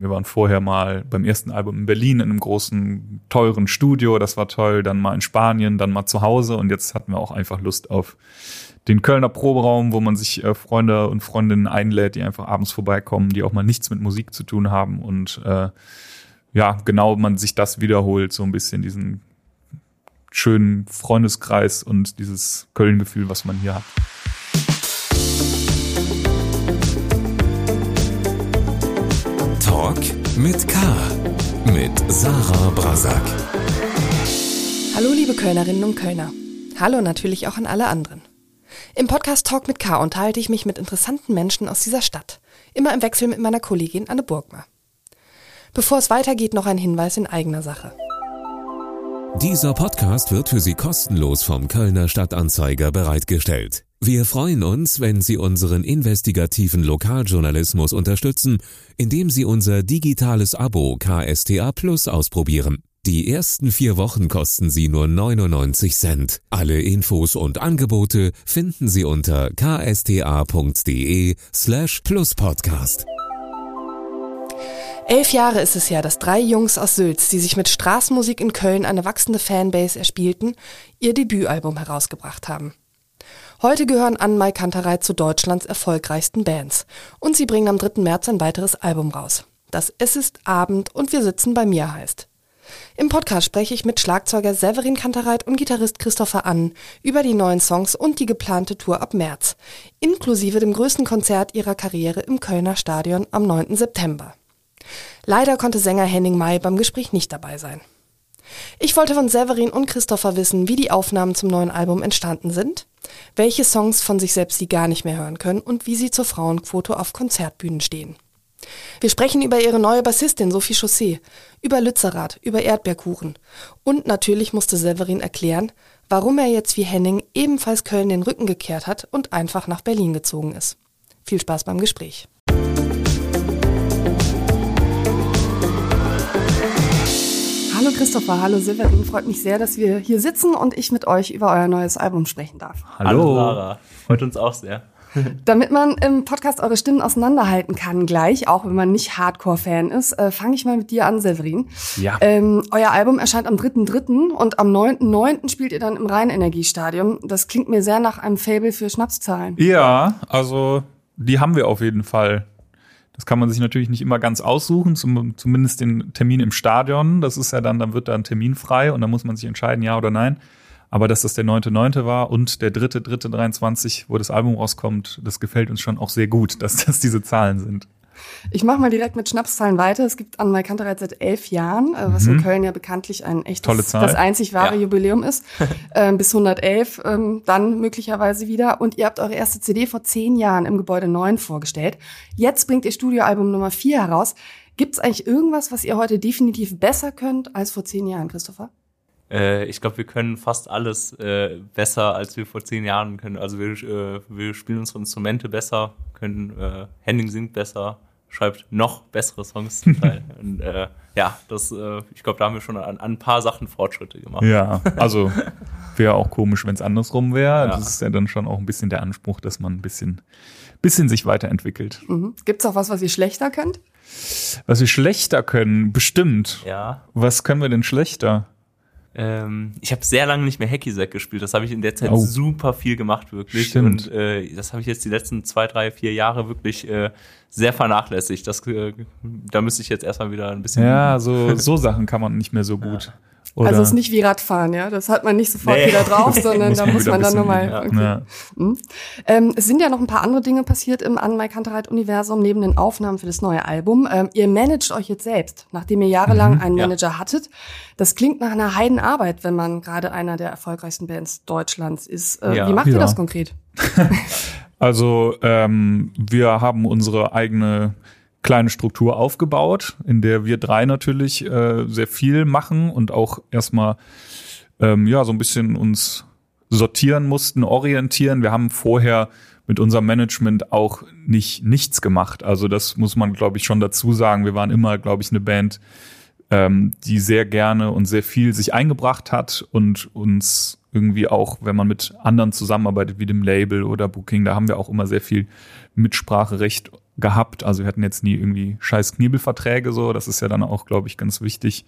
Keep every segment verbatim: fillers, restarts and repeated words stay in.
Wir waren vorher mal beim ersten Album in Berlin in einem großen, teuren Studio. Das war toll. Dann mal in Spanien, dann mal zu Hause. Und jetzt hatten wir auch einfach Lust auf den Kölner Proberaum, wo man sich äh, Freunde und Freundinnen einlädt, die einfach abends vorbeikommen, die auch mal nichts mit Musik zu tun haben. Und äh, ja, genau, man sich das wiederholt, so ein bisschen diesen schönen Freundeskreis und dieses Köln-Gefühl, was man hier hat. Talk mit K. Mit Sarah Brasak. Hallo liebe Kölnerinnen und Kölner. Hallo natürlich auch an alle anderen. Im Podcast Talk mit K unterhalte ich mich mit interessanten Menschen aus dieser Stadt. Immer im Wechsel mit meiner Kollegin Anne Burgmer. Bevor es weitergeht, noch ein Hinweis in eigener Sache. Dieser Podcast wird für Sie kostenlos vom Kölner Stadtanzeiger bereitgestellt. Wir freuen uns, wenn Sie unseren investigativen Lokaljournalismus unterstützen, indem Sie unser digitales Abo K S T A Plus ausprobieren. Die ersten vier Wochen kosten Sie nur neunundneunzig Cent. Alle Infos und Angebote finden Sie unter ksta.de slash pluspodcast. Elf Jahre ist es her, dass drei Jungs aus Sülz, die sich mit Straßenmusik in Köln eine wachsende Fanbase erspielten, ihr Debütalbum herausgebracht haben. Heute gehören An Mai Kantereit zu Deutschlands erfolgreichsten Bands und sie bringen am dritten März ein weiteres Album raus, das Es ist Abend und wir sitzen bei mir heißt. Im Podcast spreche ich mit Schlagzeuger Severin Kantereit und Gitarrist Christopher An über die neuen Songs und die geplante Tour ab März, inklusive dem größten Konzert ihrer Karriere im Kölner Stadion am neunten September. Leider konnte Sänger Henning May beim Gespräch nicht dabei sein. Ich wollte von Severin und Christopher wissen, wie die Aufnahmen zum neuen Album entstanden sind, welche Songs von sich selbst sie gar nicht mehr hören können und wie sie zur Frauenquote auf Konzertbühnen stehen. Wir sprechen über ihre neue Bassistin Sophie Chaussee, über Lützerath, über Erdbeerkuchen und natürlich musste Severin erklären, warum er jetzt wie Henning ebenfalls Köln den Rücken gekehrt hat und einfach nach Berlin gezogen ist. Viel Spaß beim Gespräch. Hallo Christopher, hallo Severin, freut mich sehr, dass wir hier sitzen und ich mit euch über euer neues Album sprechen darf. Hallo, hallo Sarah, freut uns auch sehr. Damit man im Podcast eure Stimmen auseinanderhalten kann gleich, auch wenn man nicht Hardcore-Fan ist, äh, fange ich mal mit dir an, Severin. Ja. Ähm, euer Album erscheint am dritten dritten und am neunten neunten spielt ihr dann im Rhein-Energiestadion. Das klingt mir sehr nach einem Faible für Schnapszahlen. Ja, also die haben wir auf jeden Fall. Das kann man sich natürlich nicht immer ganz aussuchen, zum, zumindest den Termin im Stadion. Das ist ja dann, dann wird da ein Termin frei und dann muss man sich entscheiden, ja oder nein. Aber dass das der neunte neunte war und der dritte dritte dreiundzwanzig, wo das Album rauskommt, das gefällt uns schon auch sehr gut, dass das diese Zahlen sind. Ich mache mal direkt mit Schnapszahlen weiter. Es gibt An Mai Kantereit seit elf Jahren, was mhm. in Köln ja bekanntlich ein echtes, tolle Zahl. Das einzig wahre ja. Jubiläum ist. ähm, bis hundertelf, ähm, dann möglicherweise wieder. Und ihr habt eure erste C D vor zehn Jahren im Gebäude neun vorgestellt. Jetzt bringt ihr Studioalbum Nummer vier heraus. Gibt es eigentlich irgendwas, was ihr heute definitiv besser könnt als vor zehn Jahren, Christopher? Äh, ich glaube, wir können fast alles äh, besser, als wir vor zehn Jahren können. Also wir, äh, wir spielen unsere Instrumente besser, können äh, Henning singt besser, schreibt noch bessere Songs zum Teil. Und äh, ja, das, äh, ich glaube, da haben wir schon an, an ein paar Sachen Fortschritte gemacht. Ja, also wäre auch komisch, wenn es andersrum wäre. Ja. Das ist ja dann schon auch ein bisschen der Anspruch, dass man ein bisschen, bisschen sich weiterentwickelt. Mhm. Gibt es auch was, was ihr schlechter könnt? Was wir schlechter können? Bestimmt. Ja. Was können wir denn schlechter? Ähm, ich habe sehr lange nicht mehr Hacky-Sack gespielt. Das habe ich in der Zeit oh. super viel gemacht, wirklich. Stimmt. Und äh, das habe ich jetzt die letzten zwei, drei, vier Jahre wirklich äh, sehr vernachlässigt. Das, äh, da müsste ich jetzt erstmal wieder ein bisschen... Ja, so, so Sachen kann man nicht mehr so gut. Ja. Oder also es ist nicht wie Radfahren, ja. Das hat man nicht sofort nee. wieder drauf, sondern muss da man muss man dann nochmal. Ja. Okay. Ja. Mhm. Ähm, es sind ja noch ein paar andere Dinge passiert im An Mai Kantereit-Universum neben den Aufnahmen für das neue Album. Ähm, ihr managt euch jetzt selbst, nachdem ihr jahrelang Mhm. einen Ja. Manager hattet. Das klingt nach einer Heidenarbeit, wenn man gerade einer der erfolgreichsten Bands Deutschlands ist. Äh, Ja. Wie macht Ja. ihr das konkret? Also ähm, wir haben unsere eigene kleine Struktur aufgebaut, in der wir drei natürlich äh, sehr viel machen und auch erstmal ähm, ja so ein bisschen uns sortieren mussten, orientieren. Wir haben vorher mit unserem Management auch nicht nichts gemacht. Also das muss man, glaube ich, schon dazu sagen. Wir waren immer, glaube ich, eine Band, ähm, die sehr gerne und sehr viel sich eingebracht hat und uns irgendwie auch, wenn man mit anderen zusammenarbeitet, wie dem Label oder Booking, da haben wir auch immer sehr viel Mitspracherecht gehabt. Also wir hatten jetzt nie irgendwie scheiß Knebelverträge so. Das ist ja dann auch, glaube ich, ganz wichtig.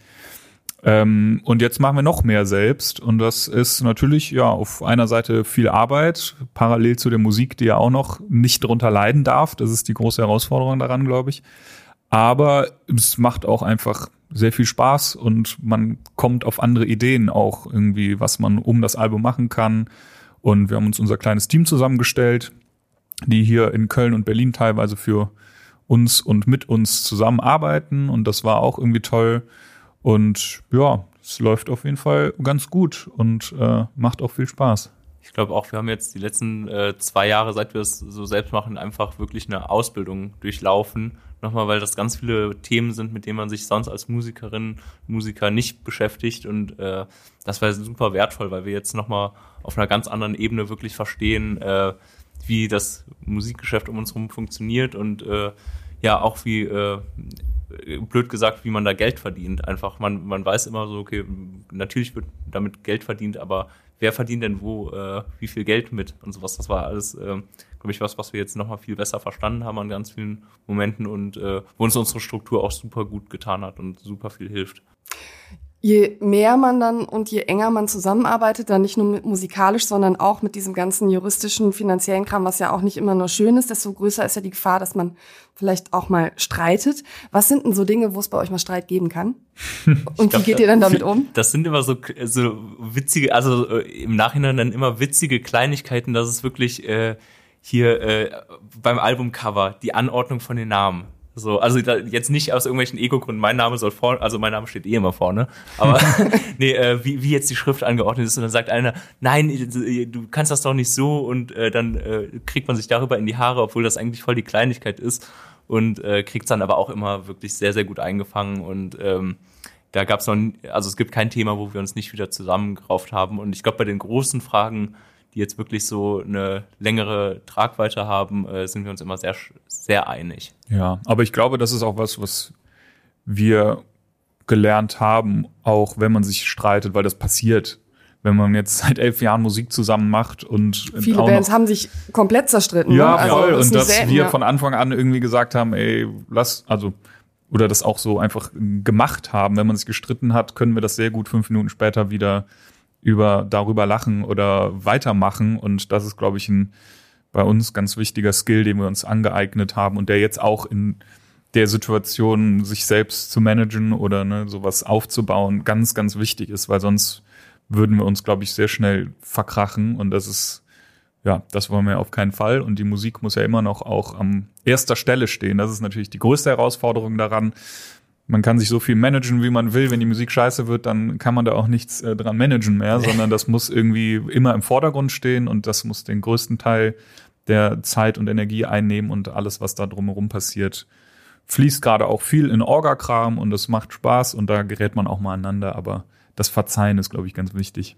Ähm, und jetzt machen wir noch mehr selbst. Und das ist natürlich ja auf einer Seite viel Arbeit, parallel zu der Musik, die ja auch noch nicht drunter leiden darf. Das ist die große Herausforderung daran, glaube ich. Aber es macht auch einfach sehr viel Spaß und man kommt auf andere Ideen auch irgendwie, was man um das Album machen kann. Und wir haben uns unser kleines Team zusammengestellt, die hier in Köln und Berlin teilweise für uns und mit uns zusammenarbeiten. Und das war auch irgendwie toll. Und ja, es läuft auf jeden Fall ganz gut und äh, macht auch viel Spaß. Ich glaube auch, wir haben jetzt die letzten äh, zwei Jahre, seit wir es so selbst machen, einfach wirklich eine Ausbildung durchlaufen. Nochmal, weil das ganz viele Themen sind, mit denen man sich sonst als Musikerin, Musiker nicht beschäftigt. Und äh, das war super wertvoll, weil wir jetzt nochmal auf einer ganz anderen Ebene wirklich verstehen, äh, wie das Musikgeschäft um uns herum funktioniert und äh, ja auch wie, äh, blöd gesagt, wie man da Geld verdient. Einfach, man, man weiß immer so, okay, natürlich wird damit Geld verdient, aber wer verdient denn wo, äh, wie viel Geld mit und sowas. Das war alles, äh, glaube ich, was, was wir jetzt nochmal viel besser verstanden haben an ganz vielen Momenten und äh, wo uns unsere Struktur auch super gut getan hat und super viel hilft. Je mehr man dann und je enger man zusammenarbeitet, dann nicht nur mit musikalisch, sondern auch mit diesem ganzen juristischen, finanziellen Kram, was ja auch nicht immer nur schön ist, desto größer ist ja die Gefahr, dass man vielleicht auch mal streitet. Was sind denn so Dinge, wo es bei euch mal Streit geben kann? Und glaub, wie geht ihr dann damit um? Das sind immer so, so witzige, also äh, im Nachhinein dann immer witzige Kleinigkeiten, dass es wirklich äh, hier äh, beim Albumcover, die Anordnung von den Namen. So, also da, jetzt nicht aus irgendwelchen Ego-Gründen, mein Name soll vorne, also mein Name steht eh immer vorne, aber nee, äh, wie, wie jetzt die Schrift angeordnet ist und dann sagt einer, nein, du kannst das doch nicht so und äh, dann äh, kriegt man sich darüber in die Haare, obwohl das eigentlich voll die Kleinigkeit ist und äh, kriegt es dann aber auch immer wirklich sehr, sehr gut eingefangen und ähm, da gab es noch, also es gibt kein Thema, wo wir uns nicht wieder zusammengerauft haben und ich glaube, bei den großen Fragen, die jetzt wirklich so eine längere Tragweite haben, äh, sind wir uns immer sehr, sehr einig. Ja, aber ich glaube, das ist auch was, was wir gelernt haben, auch wenn man sich streitet, weil das passiert. Wenn man jetzt seit elf Jahren Musik zusammen macht und viele auch Bands noch, haben sich komplett zerstritten. Ja, ne? voll. Also, und dass selten, wir ja. von Anfang an irgendwie gesagt haben, ey, lass, also oder das auch so einfach gemacht haben. Wenn man sich gestritten hat, können wir das sehr gut fünf Minuten später wieder über darüber lachen oder weitermachen. Und das ist, glaube ich, ein bei uns ganz wichtiger Skill, den wir uns angeeignet haben und der jetzt auch in der Situation, sich selbst zu managen oder ne, sowas aufzubauen, ganz, ganz wichtig ist, weil sonst würden wir uns, glaube ich, sehr schnell verkrachen. Und das ist, ja, das wollen wir auf keinen Fall. Und die Musik muss ja immer noch auch an erster Stelle stehen. Das ist natürlich die größte Herausforderung daran. Man kann sich so viel managen, wie man will. Wenn die Musik scheiße wird, dann kann man da auch nichts äh, dran managen mehr, sondern das muss irgendwie immer im Vordergrund stehen und das muss den größten Teil der Zeit und Energie einnehmen und alles, was da drumherum passiert, fließt gerade auch viel in Orga-Kram und das macht Spaß und da gerät man auch mal aneinander, aber das Verzeihen ist, glaube ich, ganz wichtig.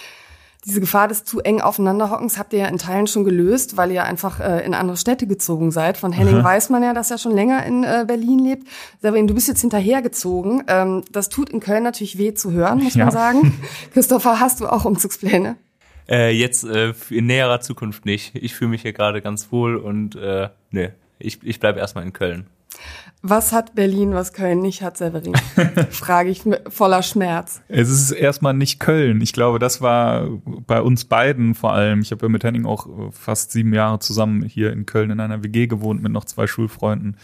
Diese Gefahr des zu eng Aufeinanderhockens habt ihr ja in Teilen schon gelöst, weil ihr einfach äh, in andere Städte gezogen seid. Von Henning mhm. weiß man ja, dass er schon länger in äh, Berlin lebt. Severin, du bist jetzt hinterhergezogen. Ähm, das tut in Köln natürlich weh zu hören, muss ja. man sagen. Christopher, hast du auch Umzugspläne? Äh, jetzt äh, in näherer Zukunft nicht. Ich fühle mich hier gerade ganz wohl und äh, nee, ich, ich bleibe erstmal in Köln. Was hat Berlin, was Köln nicht hat, Severin? Frage ich voller Schmerz. Es ist erstmal nicht Köln. Ich glaube, das war bei uns beiden vor allem. Ich habe ja mit Henning auch fast sieben Jahre zusammen hier in Köln in einer W G gewohnt mit noch zwei Schulfreunden.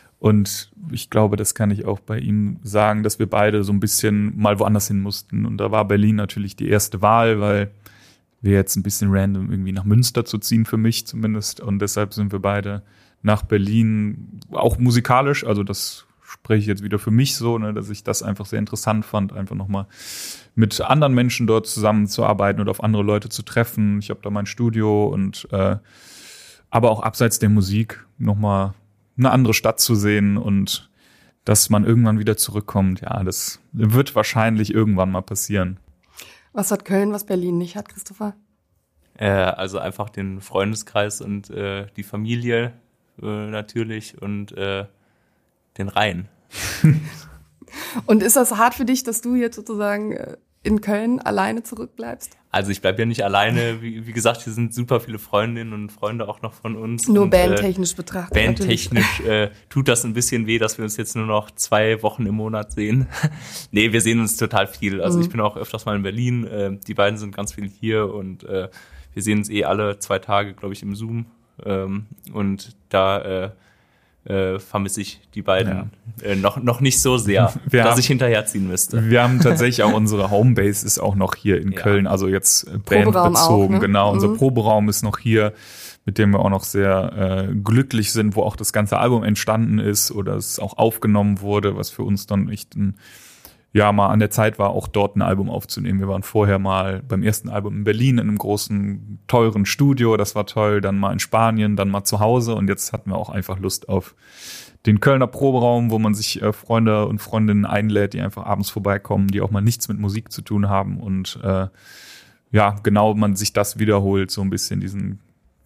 Und ich glaube, das kann ich auch bei ihm sagen, dass wir beide so ein bisschen mal woanders hin mussten. Und da war Berlin natürlich die erste Wahl, weil wir jetzt ein bisschen random irgendwie nach Münster zu ziehen, für mich zumindest. Und deshalb sind wir beide nach Berlin, auch musikalisch, also das spreche ich jetzt wieder für mich so, ne, dass ich das einfach sehr interessant fand, einfach nochmal mit anderen Menschen dort zusammenzuarbeiten oder auf andere Leute zu treffen. Ich habe da mein Studio und äh, aber auch abseits der Musik nochmal eine andere Stadt zu sehen und dass man irgendwann wieder zurückkommt, ja, das wird wahrscheinlich irgendwann mal passieren. Was hat Köln, was Berlin nicht hat, Christopher? Äh, also einfach den Freundeskreis und äh, die Familie äh, natürlich und äh, den Rhein. Und ist das hart für dich, dass du jetzt sozusagen äh, in Köln alleine zurückbleibst? Also ich bleibe ja nicht alleine. Wie, wie gesagt, hier sind super viele Freundinnen und Freunde auch noch von uns. Nur und, bandtechnisch äh, betrachtet. Bandtechnisch äh, tut das ein bisschen weh, dass wir uns jetzt nur noch zwei Wochen im Monat sehen. Nee, wir sehen uns total viel. Also mhm. ich bin auch öfters mal in Berlin. Äh, die beiden sind ganz viel hier und äh, wir sehen uns eh alle zwei Tage, glaube ich, im Zoom. Ähm, und da äh, äh, vermisse ich die beiden ja. äh, noch, noch nicht so sehr, wir dass haben, ich hinterherziehen müsste. Wir haben tatsächlich auch unsere Homebase ist auch noch hier in ja. Köln, also jetzt bandbezogen. Auch, ne? Genau, mhm. unser Proberaum ist noch hier, mit dem wir auch noch sehr äh, glücklich sind, wo auch das ganze Album entstanden ist oder es auch aufgenommen wurde, was für uns dann echt ein ja, mal an der Zeit war, auch dort ein Album aufzunehmen. Wir waren vorher mal beim ersten Album in Berlin in einem großen, teuren Studio. Das war toll. Dann mal in Spanien, dann mal zu Hause. Und jetzt hatten wir auch einfach Lust auf den Kölner Proberaum, wo man sich äh, Freunde und Freundinnen einlädt, die einfach abends vorbeikommen, die auch mal nichts mit Musik zu tun haben. Und äh, ja, genau, man sich das wiederholt, so ein bisschen diesen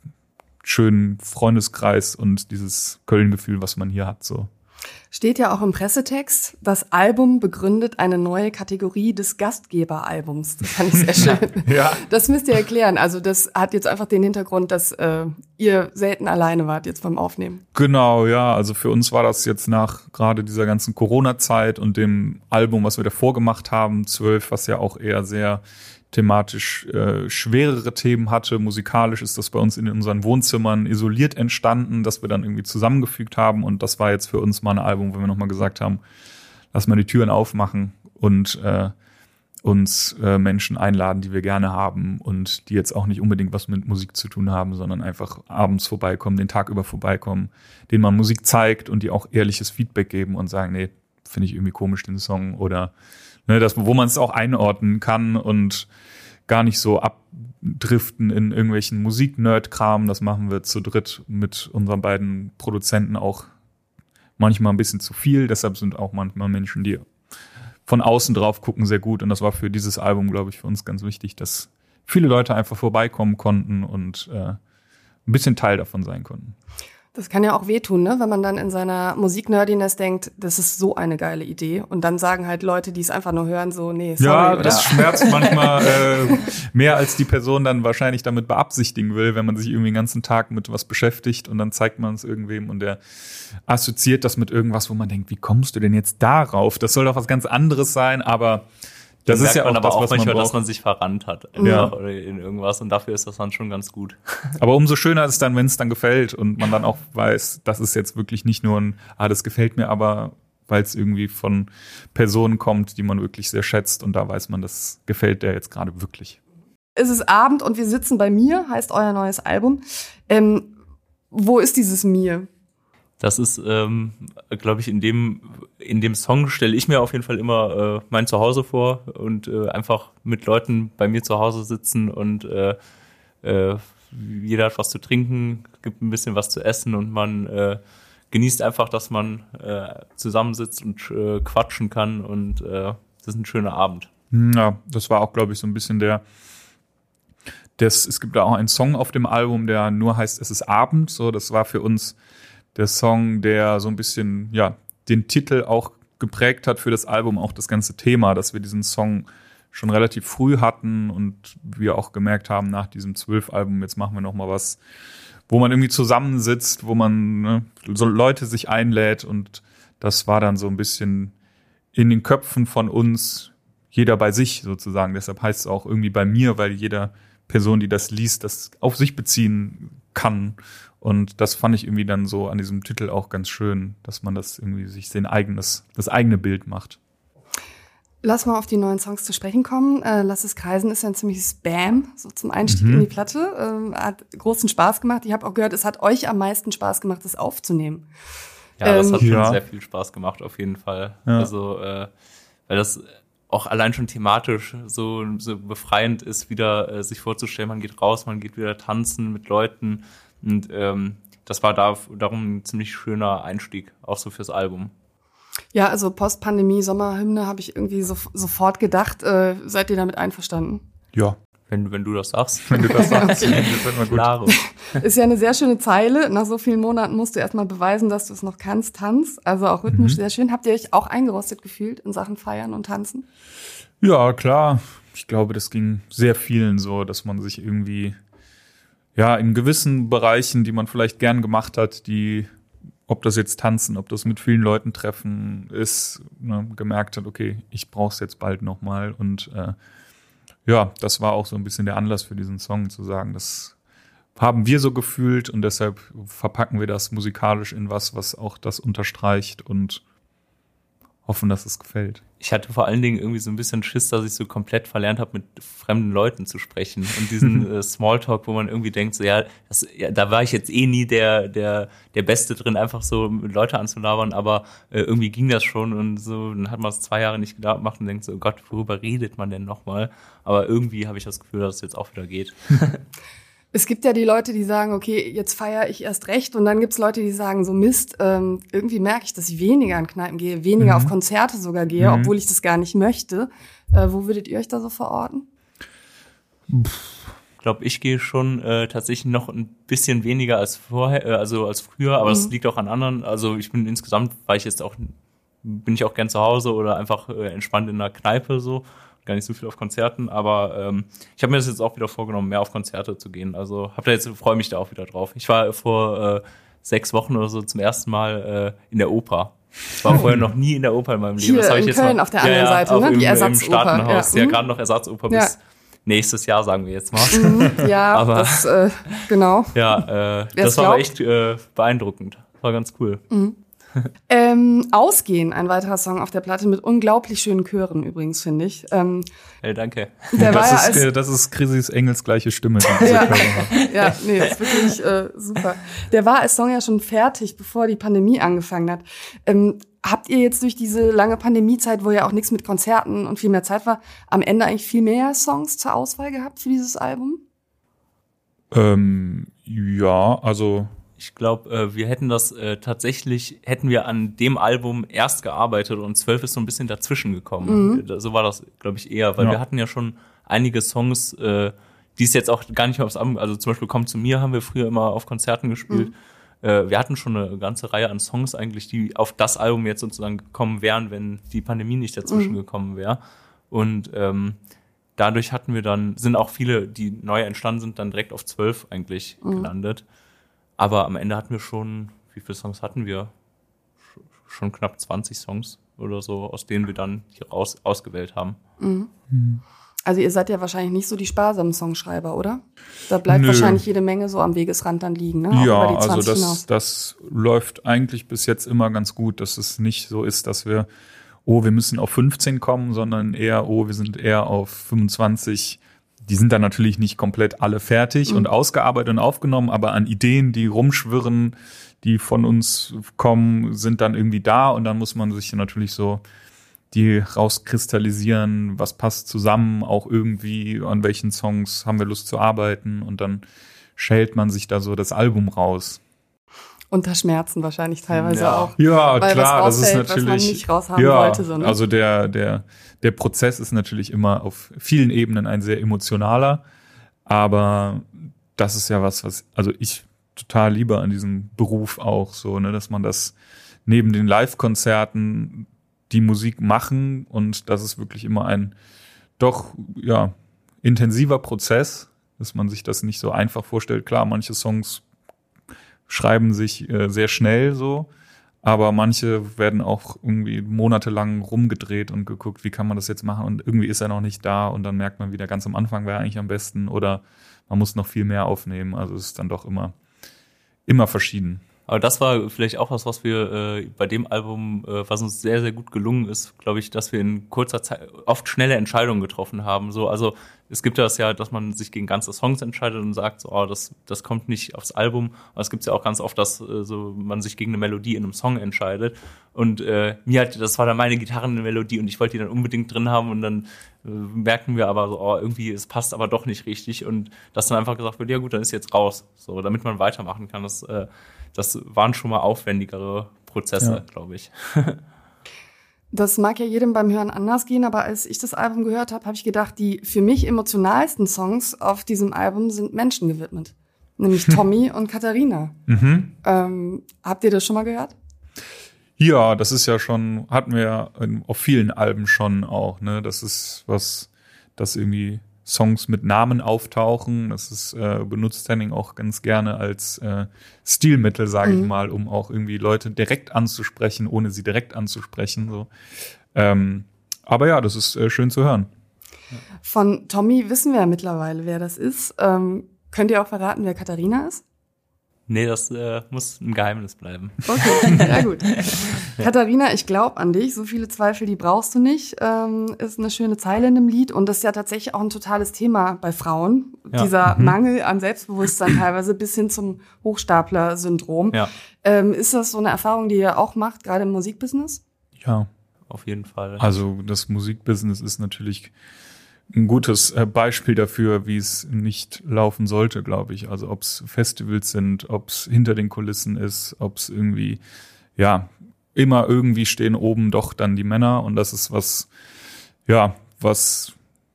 schönen Freundeskreis und dieses Köln-Gefühl, was man hier hat, so. Steht ja auch im Pressetext, das Album begründet eine neue Kategorie des Gastgeberalbums. Das fand ich sehr schön. Ja. Das müsst ihr erklären. Also das hat jetzt einfach den Hintergrund, dass äh, ihr selten alleine wart jetzt beim Aufnehmen. Genau, ja. Also für uns war das jetzt nach gerade dieser ganzen Corona-Zeit und dem Album, was wir davor gemacht haben, zwölf, was ja auch eher sehr thematisch äh, schwerere Themen hatte. Musikalisch ist das bei uns in unseren Wohnzimmern isoliert entstanden, dass wir dann irgendwie zusammengefügt haben. Und das war jetzt für uns mal ein Album, wo wir nochmal gesagt haben, lass mal die Türen aufmachen und äh, uns äh, Menschen einladen, die wir gerne haben und die jetzt auch nicht unbedingt was mit Musik zu tun haben, sondern einfach abends vorbeikommen, den Tag über vorbeikommen, denen man Musik zeigt und die auch ehrliches Feedback geben und sagen, nee, finde ich irgendwie komisch, den Song, oder ne, das, wo man es auch einordnen kann und gar nicht so abdriften in irgendwelchen Musik-Nerd-Kram. Das machen wir zu dritt mit unseren beiden Produzenten auch manchmal ein bisschen zu viel. Deshalb sind auch manchmal Menschen, die von außen drauf gucken, sehr gut. Und das war für dieses Album, glaube ich, für uns ganz wichtig, dass viele Leute einfach vorbeikommen konnten und äh, ein bisschen Teil davon sein konnten. Das kann ja auch wehtun, ne? Wenn man dann in seiner Musik-Nerdiness denkt, das ist so eine geile Idee. Und dann sagen halt Leute, die es einfach nur hören, so, nee, sorry. Ja, oder? Das schmerzt manchmal äh, mehr, als die Person dann wahrscheinlich damit beabsichtigen will, wenn man sich irgendwie den ganzen Tag mit was beschäftigt und dann zeigt man es irgendwem und der assoziiert das mit irgendwas, wo man denkt, wie kommst du denn jetzt darauf? Das soll doch was ganz anderes sein, aber das ist ja auch man das, aber auch was manchmal, man dass man sich verrannt hat ja. oder in irgendwas und dafür ist das dann schon ganz gut. Aber umso schöner ist es dann, wenn es dann gefällt und man dann auch weiß, das ist jetzt wirklich nicht nur ein, ah, das gefällt mir, aber weil es irgendwie von Personen kommt, die man wirklich sehr schätzt und da weiß man, das gefällt der jetzt gerade wirklich. Es ist Abend und wir sitzen bei Mir, heißt euer neues Album. Ähm, wo ist dieses Mir? Das ist, ähm, glaube ich, in dem in dem Song stelle ich mir auf jeden Fall immer äh, mein Zuhause vor und äh, einfach mit Leuten bei mir zu Hause sitzen und äh, äh, jeder hat was zu trinken, gibt ein bisschen was zu essen und man äh, genießt einfach, dass man äh, zusammensitzt und äh, quatschen kann und äh, das ist ein schöner Abend. Ja, das war auch, glaube ich, so ein bisschen der das, es gibt da auch einen Song auf dem Album, der nur heißt, es ist Abend, so, das war für uns der Song, der so ein bisschen, ja, den Titel auch geprägt hat für das Album, auch das ganze Thema, dass wir diesen Song schon relativ früh hatten und wir auch gemerkt haben, nach diesem zwölf-Album, jetzt machen wir noch mal was, wo man irgendwie zusammensitzt, wo man ne, so Leute sich einlädt und das war dann so ein bisschen in den Köpfen von uns, jeder bei sich sozusagen. Deshalb heißt es auch irgendwie bei mir, weil jeder Person, die das liest, das auf sich beziehen kann. Und das fand ich irgendwie dann so an diesem Titel auch ganz schön, dass man das irgendwie sich sein eigenes, das eigene Bild macht. Lass mal auf die neuen Songs zu sprechen kommen. Äh, Lass es kreisen ist ja ein ziemliches Bam, so zum Einstieg mhm. in die Platte. Ähm, hat großen Spaß gemacht. Ich habe auch gehört, es hat euch am meisten Spaß gemacht, das aufzunehmen. Ja, das ähm, hat schon ja. sehr viel Spaß gemacht, auf jeden Fall. Ja. Also, äh, weil das auch allein schon thematisch so, so befreiend ist, wieder äh, sich vorzustellen, man geht raus, man geht wieder tanzen mit Leuten. Und ähm, das war da, darum ein ziemlich schöner Einstieg, auch so fürs Album. Ja, also Post-Pandemie, Sommerhymne habe ich irgendwie so, sofort gedacht. Äh, seid ihr damit einverstanden? Ja. Wenn, wenn du das sagst. Wenn du das sagst, okay. das wird mal gut. Klaro. Ist ja eine sehr schöne Zeile. Nach so vielen Monaten musst du erstmal beweisen, dass du es noch kannst, Tanz. Also auch rhythmisch Mhm. sehr schön. Habt ihr euch auch eingerostet gefühlt in Sachen Feiern und Tanzen? Ja, klar. Ich glaube, das ging sehr vielen so, dass man sich irgendwie, ja, in gewissen Bereichen, die man vielleicht gern gemacht hat, die, ob das jetzt Tanzen, ob das mit vielen Leuten treffen ist, ne, gemerkt hat, okay, ich brauch's jetzt bald nochmal. Und äh, ja, das war auch so ein bisschen der Anlass für diesen Song, zu sagen, das haben wir so gefühlt und deshalb verpacken wir das musikalisch in was, was auch das unterstreicht und hoffen, dass es gefällt. Ich hatte vor allen Dingen irgendwie so ein bisschen Schiss, dass ich so komplett verlernt habe, mit fremden Leuten zu sprechen. Und diesen äh, Smalltalk, wo man irgendwie denkt, so ja, das, ja, da war ich jetzt eh nie der der der Beste drin, einfach so mit Leute anzulabern, aber äh, irgendwie ging das schon und so, dann hat man es zwei Jahre nicht gemacht und denkt so, oh Gott, worüber redet man denn nochmal? Aber irgendwie habe ich das Gefühl, dass es jetzt auch wieder geht. Es gibt ja die Leute, die sagen, okay, jetzt feiere ich erst recht. Und dann gibt's Leute, die sagen, so Mist, ähm, irgendwie merke ich, dass ich weniger an Kneipen gehe, weniger Mhm. auf Konzerte sogar gehe, Mhm. obwohl ich das gar nicht möchte. Äh, wo würdet ihr euch da so verorten? Ich glaube, ich gehe schon äh, tatsächlich noch ein bisschen weniger als vorher, äh, also als früher, aber es Mhm. liegt auch an anderen. Also ich bin insgesamt, war ich jetzt auch, bin ich auch gern zu Hause oder einfach äh, entspannt in einer Kneipe so, gar nicht so viel auf Konzerten, aber ähm, ich habe mir das jetzt auch wieder vorgenommen, mehr auf Konzerte zu gehen. Also hab da jetzt, freue mich da auch wieder drauf. Ich war vor äh, sechs Wochen oder so zum ersten Mal äh, in der Oper. Ich war vorher noch nie in der Oper in meinem Leben. Hier das hab in ich jetzt Köln mal, auf der anderen Seite, auf ne? Im, Die Ersatzoper. Im Staatenhaus. Ja, Ja, mhm. gerade noch Ersatzoper Ja. bis nächstes Jahr, sagen wir jetzt mal. Mhm, ja, Aber- das, äh, genau. Ja, äh, Wer's das war aber glaubt. echt äh, beeindruckend. War ganz cool. Ähm, Ausgehen, ein weiterer Song auf der Platte mit unglaublich schönen Chören übrigens, finde ich. Ähm, Hey, danke. der war Das ja ist, als äh, das ist Chrissys Engels gleiche Stimme. Die dieser Ja. Körper hat. Ja, nee, ist wirklich äh, super. Der war als Song ja schon fertig, bevor die Pandemie angefangen hat. Ähm, habt ihr jetzt durch diese lange Pandemiezeit, wo ja auch nichts mit Konzerten und viel mehr Zeit war, am Ende eigentlich viel mehr Songs zur Auswahl gehabt für dieses Album? Ähm, ja, also Ich glaube, äh, wir hätten das äh, tatsächlich, hätten wir an dem Album erst gearbeitet und zwölf ist so ein bisschen dazwischen gekommen. Da- So war das, glaube ich, eher, weil Ja. wir hatten ja schon einige Songs, äh, die es jetzt auch gar nicht mehr aufs Album, also zum Beispiel Komm zu mir haben wir früher immer auf Konzerten gespielt. Äh, wir hatten schon eine ganze Reihe an Songs eigentlich, die auf das Album jetzt sozusagen gekommen wären, wenn die Pandemie nicht dazwischen Mhm. gekommen wäre. Und ähm, dadurch hatten wir dann, sind auch viele, die neu entstanden sind, dann direkt auf zwölf eigentlich gelandet. Aber am Ende hatten wir schon, wie viele Songs hatten wir? Sch- Schon knapp zwanzig Songs oder so, aus denen wir dann die raus, ausgewählt haben. Also ihr seid ja wahrscheinlich nicht so die sparsamen Songschreiber, oder? Da bleibt Nö. wahrscheinlich jede Menge so am Wegesrand dann liegen, ne? Auch ja, über die also zwanzig das, hinaus. das läuft eigentlich bis jetzt immer ganz gut, dass es nicht so ist, dass wir, oh, wir müssen auf fünfzehn kommen, sondern eher, oh, wir sind eher auf fünfundzwanzig. Die sind dann natürlich nicht komplett alle fertig Mhm. und ausgearbeitet und aufgenommen, aber an Ideen, die rumschwirren, die von uns kommen, sind dann irgendwie da und dann muss man sich natürlich so die rauskristallisieren, was passt zusammen, auch irgendwie, an welchen Songs haben wir Lust zu arbeiten und dann schält man sich da so das Album raus. Unter Schmerzen wahrscheinlich teilweise Ja. auch. Ja, Weil klar, was das ist rausfällt, was man natürlich. nicht raushaben ja, wollte, so, ne? also der, der, der Prozess ist natürlich immer auf vielen Ebenen ein sehr emotionaler, aber das ist ja was, was, also ich total liebe an diesem Beruf auch so, ne, dass man das neben den Live-Konzerten die Musik machen und das ist wirklich immer ein doch, ja, intensiver Prozess, dass man sich das nicht so einfach vorstellt. Klar, manche Songs schreiben sich äh, sehr schnell so, aber manche werden auch irgendwie monatelang rumgedreht und geguckt, wie kann man das jetzt machen und irgendwie ist er noch nicht da und dann merkt man wieder, ganz am Anfang wäre eigentlich am besten oder man muss noch viel mehr aufnehmen, also es ist dann doch immer, immer verschieden. Aber das war vielleicht auch was, was wir äh, bei dem Album, äh, was uns sehr, sehr gut gelungen ist, glaube ich, dass wir in kurzer Zeit oft schnelle Entscheidungen getroffen haben. So, also es gibt ja das ja, dass man sich gegen ganze Songs entscheidet und sagt, so, oh, das, das kommt nicht aufs Album. Aber es gibt ja auch ganz oft, dass äh, so man sich gegen eine Melodie in einem Song entscheidet. Und äh, mir hat, das war dann meine Gitarrenmelodie und ich wollte die dann unbedingt drin haben und dann äh, merken wir aber so, oh, irgendwie, es passt aber doch nicht richtig. Und dass dann einfach gesagt wird, ja gut, dann ist jetzt raus. So, damit man weitermachen kann. Das äh, Das waren schon mal aufwendigere Prozesse, Ja. glaube ich. Das mag ja jedem beim Hören anders gehen, aber als ich das Album gehört habe, habe ich gedacht, die für mich emotionalsten Songs auf diesem Album sind Menschen gewidmet. Nämlich Tommy und Katharina. Mhm. Ähm, habt ihr das schon mal gehört? Ja, das ist ja schon, hatten wir ja auf vielen Alben schon auch, ne? Das ist was, das irgendwie Songs mit Namen auftauchen. Das ist äh, benutzt Henning auch ganz gerne als äh, Stilmittel, sage Mhm. ich mal, um auch irgendwie Leute direkt anzusprechen, ohne sie direkt anzusprechen. So. Ähm, aber ja, das ist äh, schön zu hören. Von Tommy wissen wir ja mittlerweile, wer das ist. Ähm, könnt ihr auch verraten, wer Katharina ist? Nee, das äh, muss ein Geheimnis bleiben. Okay, sehr gut. Katharina, ich glaube an dich. So viele Zweifel, die brauchst du nicht. Ähm, ist eine schöne Zeile in dem Lied. Und das ist ja tatsächlich auch ein totales Thema bei Frauen. Ja. Dieser Mhm. Mangel an Selbstbewusstsein teilweise bis hin zum Hochstapler-Syndrom. Ja, Ähm, ist das so eine Erfahrung, die ihr auch macht, gerade im Musikbusiness? Ja, auf jeden Fall. also das Musikbusiness ist natürlich ein gutes äh, Beispiel dafür, wie es nicht laufen sollte, glaube ich. Also ob es Festivals sind, ob es hinter den Kulissen ist, ob es irgendwie, ja, immer irgendwie stehen oben doch dann die Männer. Und das ist was, ja, was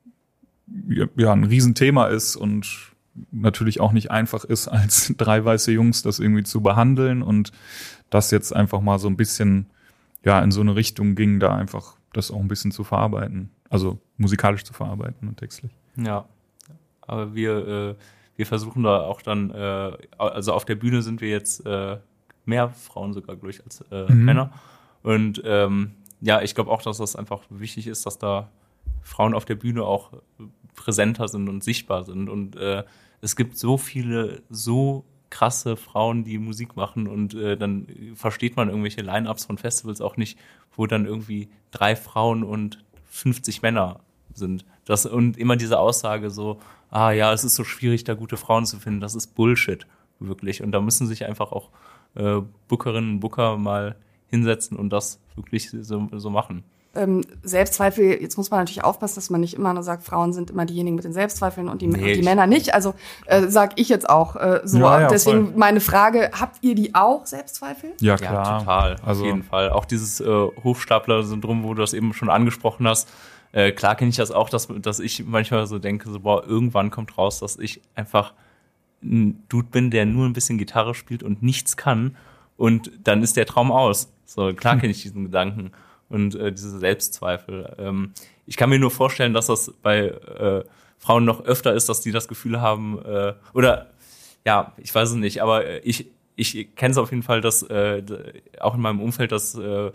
ja ein Riesenthema ist und natürlich auch nicht einfach ist, als drei weiße Jungs das irgendwie zu behandeln. Und das jetzt einfach mal so ein bisschen, ja, in so eine Richtung ging, da einfach das auch ein bisschen zu verarbeiten. Also musikalisch zu verarbeiten und textlich. Ja, aber wir, äh, wir versuchen da auch dann, äh, also auf der Bühne sind wir jetzt äh, mehr Frauen sogar, glaube ich, als äh, Mhm. Männer. Und ähm, ja, ich glaube auch, dass das einfach wichtig ist, dass da Frauen auf der Bühne auch präsenter sind und sichtbar sind. Und äh, es gibt so viele, so krasse Frauen, die Musik machen und äh, dann versteht man irgendwelche Line-Ups von Festivals auch nicht, wo dann irgendwie drei Frauen und fünfzig Männer sind. Das, und immer diese Aussage so, ah ja, es ist so schwierig, da gute Frauen zu finden. Das ist Bullshit, wirklich. Und da müssen sich einfach auch äh, Bookerinnen und Booker mal hinsetzen und das wirklich so, so machen. Ähm, Selbstzweifel, jetzt muss man natürlich aufpassen, dass man nicht immer nur sagt, Frauen sind immer diejenigen mit den Selbstzweifeln und die, Nee, und die ich- Männer nicht. Also äh, sag ich jetzt auch äh, so. Ja, ja, Deswegen voll. meine Frage, habt ihr die auch, Selbstzweifel? Ja, Ja, klar. total, auf Also jeden Fall. Auch dieses äh, Hochstapler-Syndrom, wo du das eben schon angesprochen hast, äh, klar kenne ich das auch, dass, dass ich manchmal so denke, so, boah, irgendwann kommt raus, dass ich einfach ein Dude bin, der nur ein bisschen Gitarre spielt und nichts kann und dann ist der Traum aus. So, klar kenne ich diesen Gedanken und äh, diese Selbstzweifel. Ähm, ich kann mir nur vorstellen, dass das bei äh, Frauen noch öfter ist, dass die das Gefühl haben, äh, oder ja, ich weiß es nicht, aber äh, ich, ich kenne es auf jeden Fall, dass äh, d- auch in meinem Umfeld, dass äh,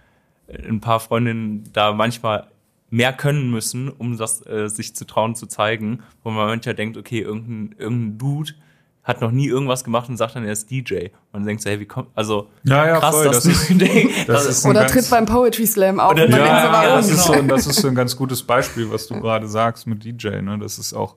ein paar Freundinnen da manchmal mehr können müssen, um das äh, sich zu trauen, zu zeigen, wo man manchmal denkt, okay, irgendein, irgendein Dude hat noch nie irgendwas gemacht und sagt dann, er ist D J. Man denkt so, hey, wie kommt, also Ja, ja, krass, voll, dass das du ist- denkst, das das ist ist ein Oder ganz- tritt beim Poetry Slam auf. Oder- und man Ja, denkt so, Ja, warum? ja, das ist so, genau. das ist so ein ganz gutes Beispiel, was du gerade sagst mit D J. Ne? Das ist auch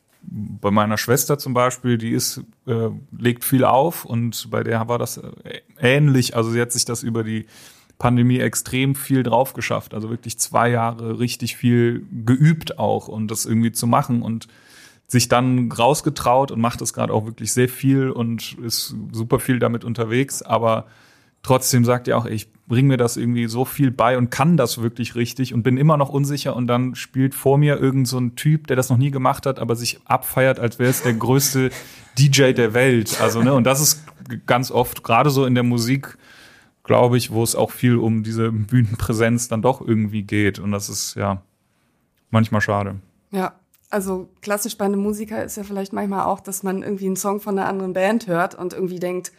bei meiner Schwester zum Beispiel, die ist, äh, legt viel auf und bei der war das äh, ähnlich. Also sie hat sich das über die Pandemie extrem viel drauf geschafft. Also wirklich zwei Jahre richtig viel geübt auch und das irgendwie zu machen und sich dann rausgetraut und macht das gerade auch wirklich sehr viel und ist super viel damit unterwegs, aber trotzdem sagt er auch, ey, ich bringe mir das irgendwie so viel bei und kann das wirklich richtig und bin immer noch unsicher und dann spielt vor mir irgend so ein Typ, der das noch nie gemacht hat, aber sich abfeiert, als wäre es der größte D J der Welt. Also, ne, und das ist ganz oft, gerade so in der Musik, glaube ich, wo es auch viel um diese Bühnenpräsenz dann doch irgendwie geht und das ist, ja, manchmal schade. Ja, also klassisch bei einem Musiker ist ja vielleicht manchmal auch, dass man irgendwie einen Song von einer anderen Band hört und irgendwie denkt,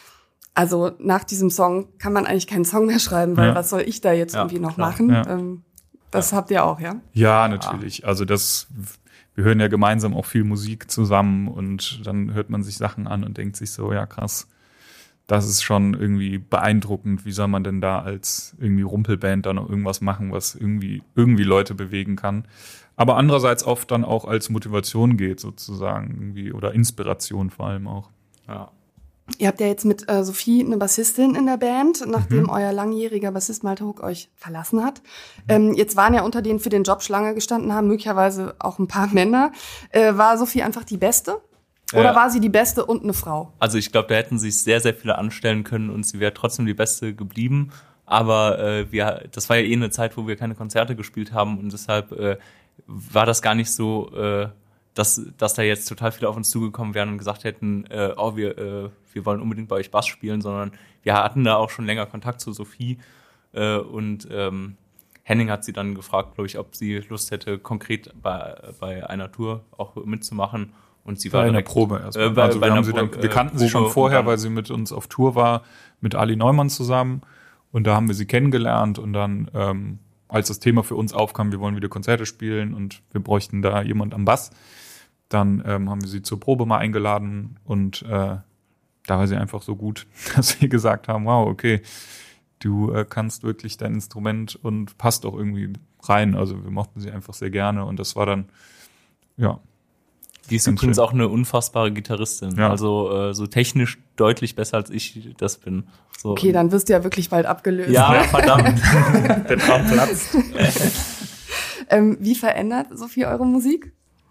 also nach diesem Song kann man eigentlich keinen Song mehr schreiben, weil Ja. was soll ich da jetzt Ja, irgendwie noch klar. machen? Ja. Ähm, das habt ihr auch, ja? Ja, natürlich. Also das, wir hören ja gemeinsam auch viel Musik zusammen und dann hört man sich Sachen an und denkt sich so, ja krass, das ist schon irgendwie beeindruckend. Wie soll man denn da als irgendwie Rumpelband da noch irgendwas machen, was irgendwie, irgendwie Leute bewegen kann? Aber andererseits oft dann auch als Motivation geht sozusagen irgendwie oder Inspiration vor allem auch. ja. Ihr habt ja jetzt mit äh, Sophie eine Bassistin in der Band, nachdem euer langjähriger Bassist Malte Huck euch verlassen hat. Ähm, jetzt waren ja unter denen für den Job Schlange gestanden haben, möglicherweise auch ein paar Männer. Äh, war Sophie einfach die Beste? Oder Äh, war sie die Beste und eine Frau? Also ich glaube, da hätten sich sehr, sehr viele anstellen können und sie wäre trotzdem die Beste geblieben. Aber äh, wir, das war ja eh eine Zeit, wo wir keine Konzerte gespielt haben und deshalb äh, war das gar nicht so, äh, dass, dass da jetzt total viele auf uns zugekommen wären und gesagt hätten, äh, oh, wir, äh, wir wollen unbedingt bei euch Bass spielen, sondern wir hatten da auch schon länger Kontakt zu Sophie äh, und ähm, Henning hat sie dann gefragt, glaube ich, ob sie Lust hätte, konkret bei, bei einer Tour auch mitzumachen. Und sie bei war einer direkt, Probe erstmal. Äh, bei, also bei wir, haben einer sie dann, Probe, wir kannten sie schon Probe vorher, dann, weil sie mit uns auf Tour war, mit Ali Neumann zusammen. Und da haben wir sie kennengelernt. Und dann, ähm, als das Thema für uns aufkam, wir wollen wieder Konzerte spielen und wir bräuchten da jemand am Bass, dann ähm, haben wir sie zur Probe mal eingeladen. Und äh, da war sie einfach so gut, dass wir gesagt haben, wow, okay, du äh, kannst wirklich dein Instrument und passt auch irgendwie rein. Also wir mochten sie einfach sehr gerne und das war dann, ja. Die ist übrigens schön. Auch eine unfassbare Gitarristin. Ja. Also äh, so technisch deutlich besser, als ich das bin. So. Okay, dann wirst du ja wirklich bald abgelöst. Ja, verdammt. Der Traum platzt. ähm, wie verändert Sophie eure Musik?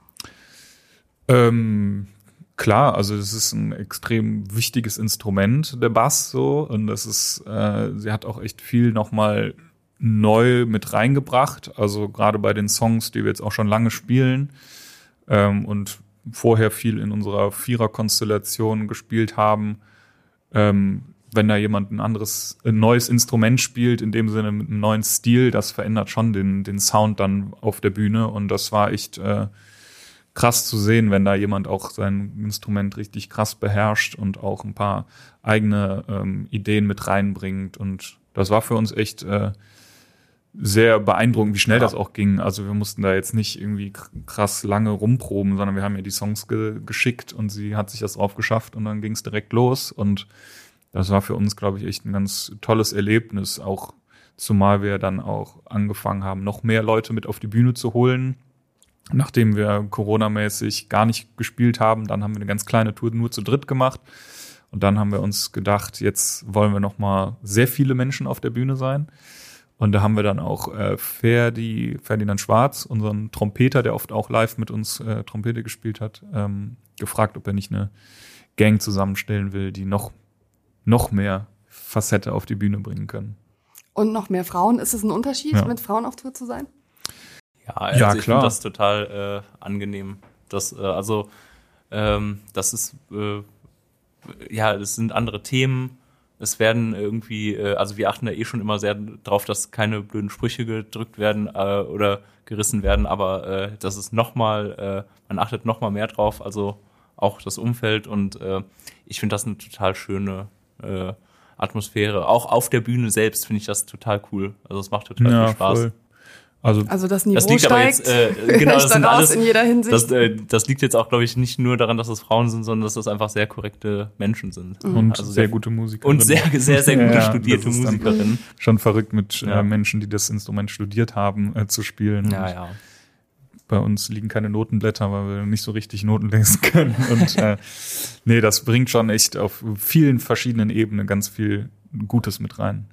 Ähm... Klar, also das ist ein extrem wichtiges Instrument, der Bass so. Und das ist, äh, sie hat auch echt viel nochmal neu mit reingebracht. Also gerade bei den Songs, die wir jetzt auch schon lange spielen ähm, und vorher viel in unserer Vierer-Konstellation gespielt haben. Ähm, wenn da jemand ein anderes, ein neues Instrument spielt, in dem Sinne mit einem neuen Stil, das verändert schon den, den Sound dann auf der Bühne. Und das war echt äh, krass zu sehen, wenn da jemand auch sein Instrument richtig krass beherrscht und auch ein paar eigene ähm, Ideen mit reinbringt. Und das war für uns echt äh, sehr beeindruckend, wie schnell ja. das auch ging. Also wir mussten da jetzt nicht irgendwie krass lange rumproben, sondern wir haben ihr die Songs ge- geschickt und sie hat sich das drauf geschafft und dann ging es direkt los. Und das war für uns, glaube ich, echt ein ganz tolles Erlebnis, auch zumal wir dann auch angefangen haben, noch mehr Leute mit auf die Bühne zu holen. Nachdem wir Corona-mäßig gar nicht gespielt haben, dann haben wir eine ganz kleine Tour nur zu dritt gemacht. Und dann haben wir uns gedacht, jetzt wollen wir noch mal sehr viele Menschen auf der Bühne sein. Und da haben wir dann auch äh, Ferdi, Ferdinand Schwarz, unseren Trompeter, der oft auch live mit uns äh, Trompete gespielt hat, ähm, gefragt, ob er nicht eine Gang zusammenstellen will, die noch, noch mehr Facette auf die Bühne bringen können. Und noch mehr Frauen? Ist es ein Unterschied, ja. mit Frauen auf Tour zu sein? Ja, also ja, ich finde das total äh, angenehm. Das, äh, also, ähm, das ist, äh, ja, das sind andere Themen. Es werden irgendwie, äh, also wir achten da eh schon immer sehr drauf, dass keine blöden Sprüche gedrückt werden äh, oder gerissen werden, aber äh, das ist nochmal, äh, man achtet nochmal mehr drauf, also auch das Umfeld und äh, ich finde das eine total schöne äh, Atmosphäre. Auch auf der Bühne selbst finde ich das total cool. Also es macht total ja, viel Spaß. Voll. Also, also das Niveau das liegt steigt, aber jetzt, äh, genau, das sind alles, in jeder Hinsicht. Das, äh, das liegt jetzt auch, glaube ich, nicht nur daran, dass es Frauen sind, sondern dass das einfach sehr korrekte Menschen sind. Mhm. Und also sehr, sehr gute Musikerinnen. Und sehr, sehr, sehr gute ja, studierte Musikerinnen. Schon verrückt mit ja. äh, Menschen, die das Instrument studiert haben, äh, zu spielen. Ja, ja. Bei uns liegen keine Notenblätter, weil wir nicht so richtig Noten lesen können. Und äh, nee, das bringt schon echt auf vielen verschiedenen Ebenen ganz viel Gutes mit rein.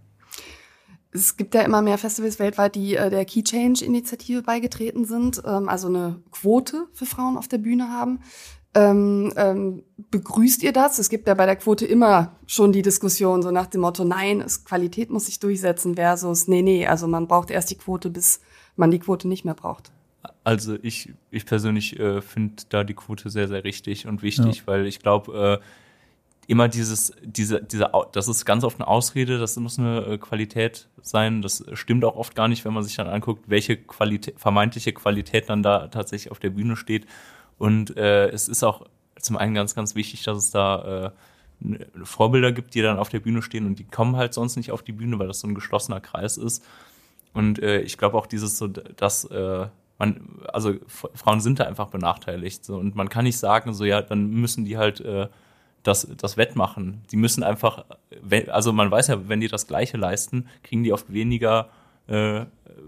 Es gibt ja immer mehr Festivals weltweit, die äh, der Key Change-Initiative beigetreten sind, ähm, also eine Quote für Frauen auf der Bühne haben. Ähm, ähm, begrüßt ihr das? Es gibt ja bei der Quote immer schon die Diskussion so nach dem Motto, nein, es, Qualität muss sich durchsetzen versus, nee, nee, also man braucht erst die Quote, bis man die Quote nicht mehr braucht. Also ich, ich persönlich äh, finde da die Quote sehr, sehr richtig und wichtig, ja. weil ich glaube, äh, immer dieses, diese, diese, das ist ganz oft eine Ausrede, das muss eine Qualität sein. Das stimmt auch oft gar nicht, wenn man sich dann anguckt, welche Qualität, vermeintliche Qualität dann da tatsächlich auf der Bühne steht. Und äh, es ist auch zum einen ganz, ganz wichtig, dass es da äh, Vorbilder gibt, die dann auf der Bühne stehen und die kommen halt sonst nicht auf die Bühne, weil das so ein geschlossener Kreis ist. Und äh, ich glaube auch dieses so, dass äh, man, also Frauen sind da einfach benachteiligt. So, und man kann nicht sagen, so ja, dann müssen die halt äh, das, das wettmachen. Die müssen einfach, also man weiß ja, wenn die das Gleiche leisten, kriegen die oft weniger, äh,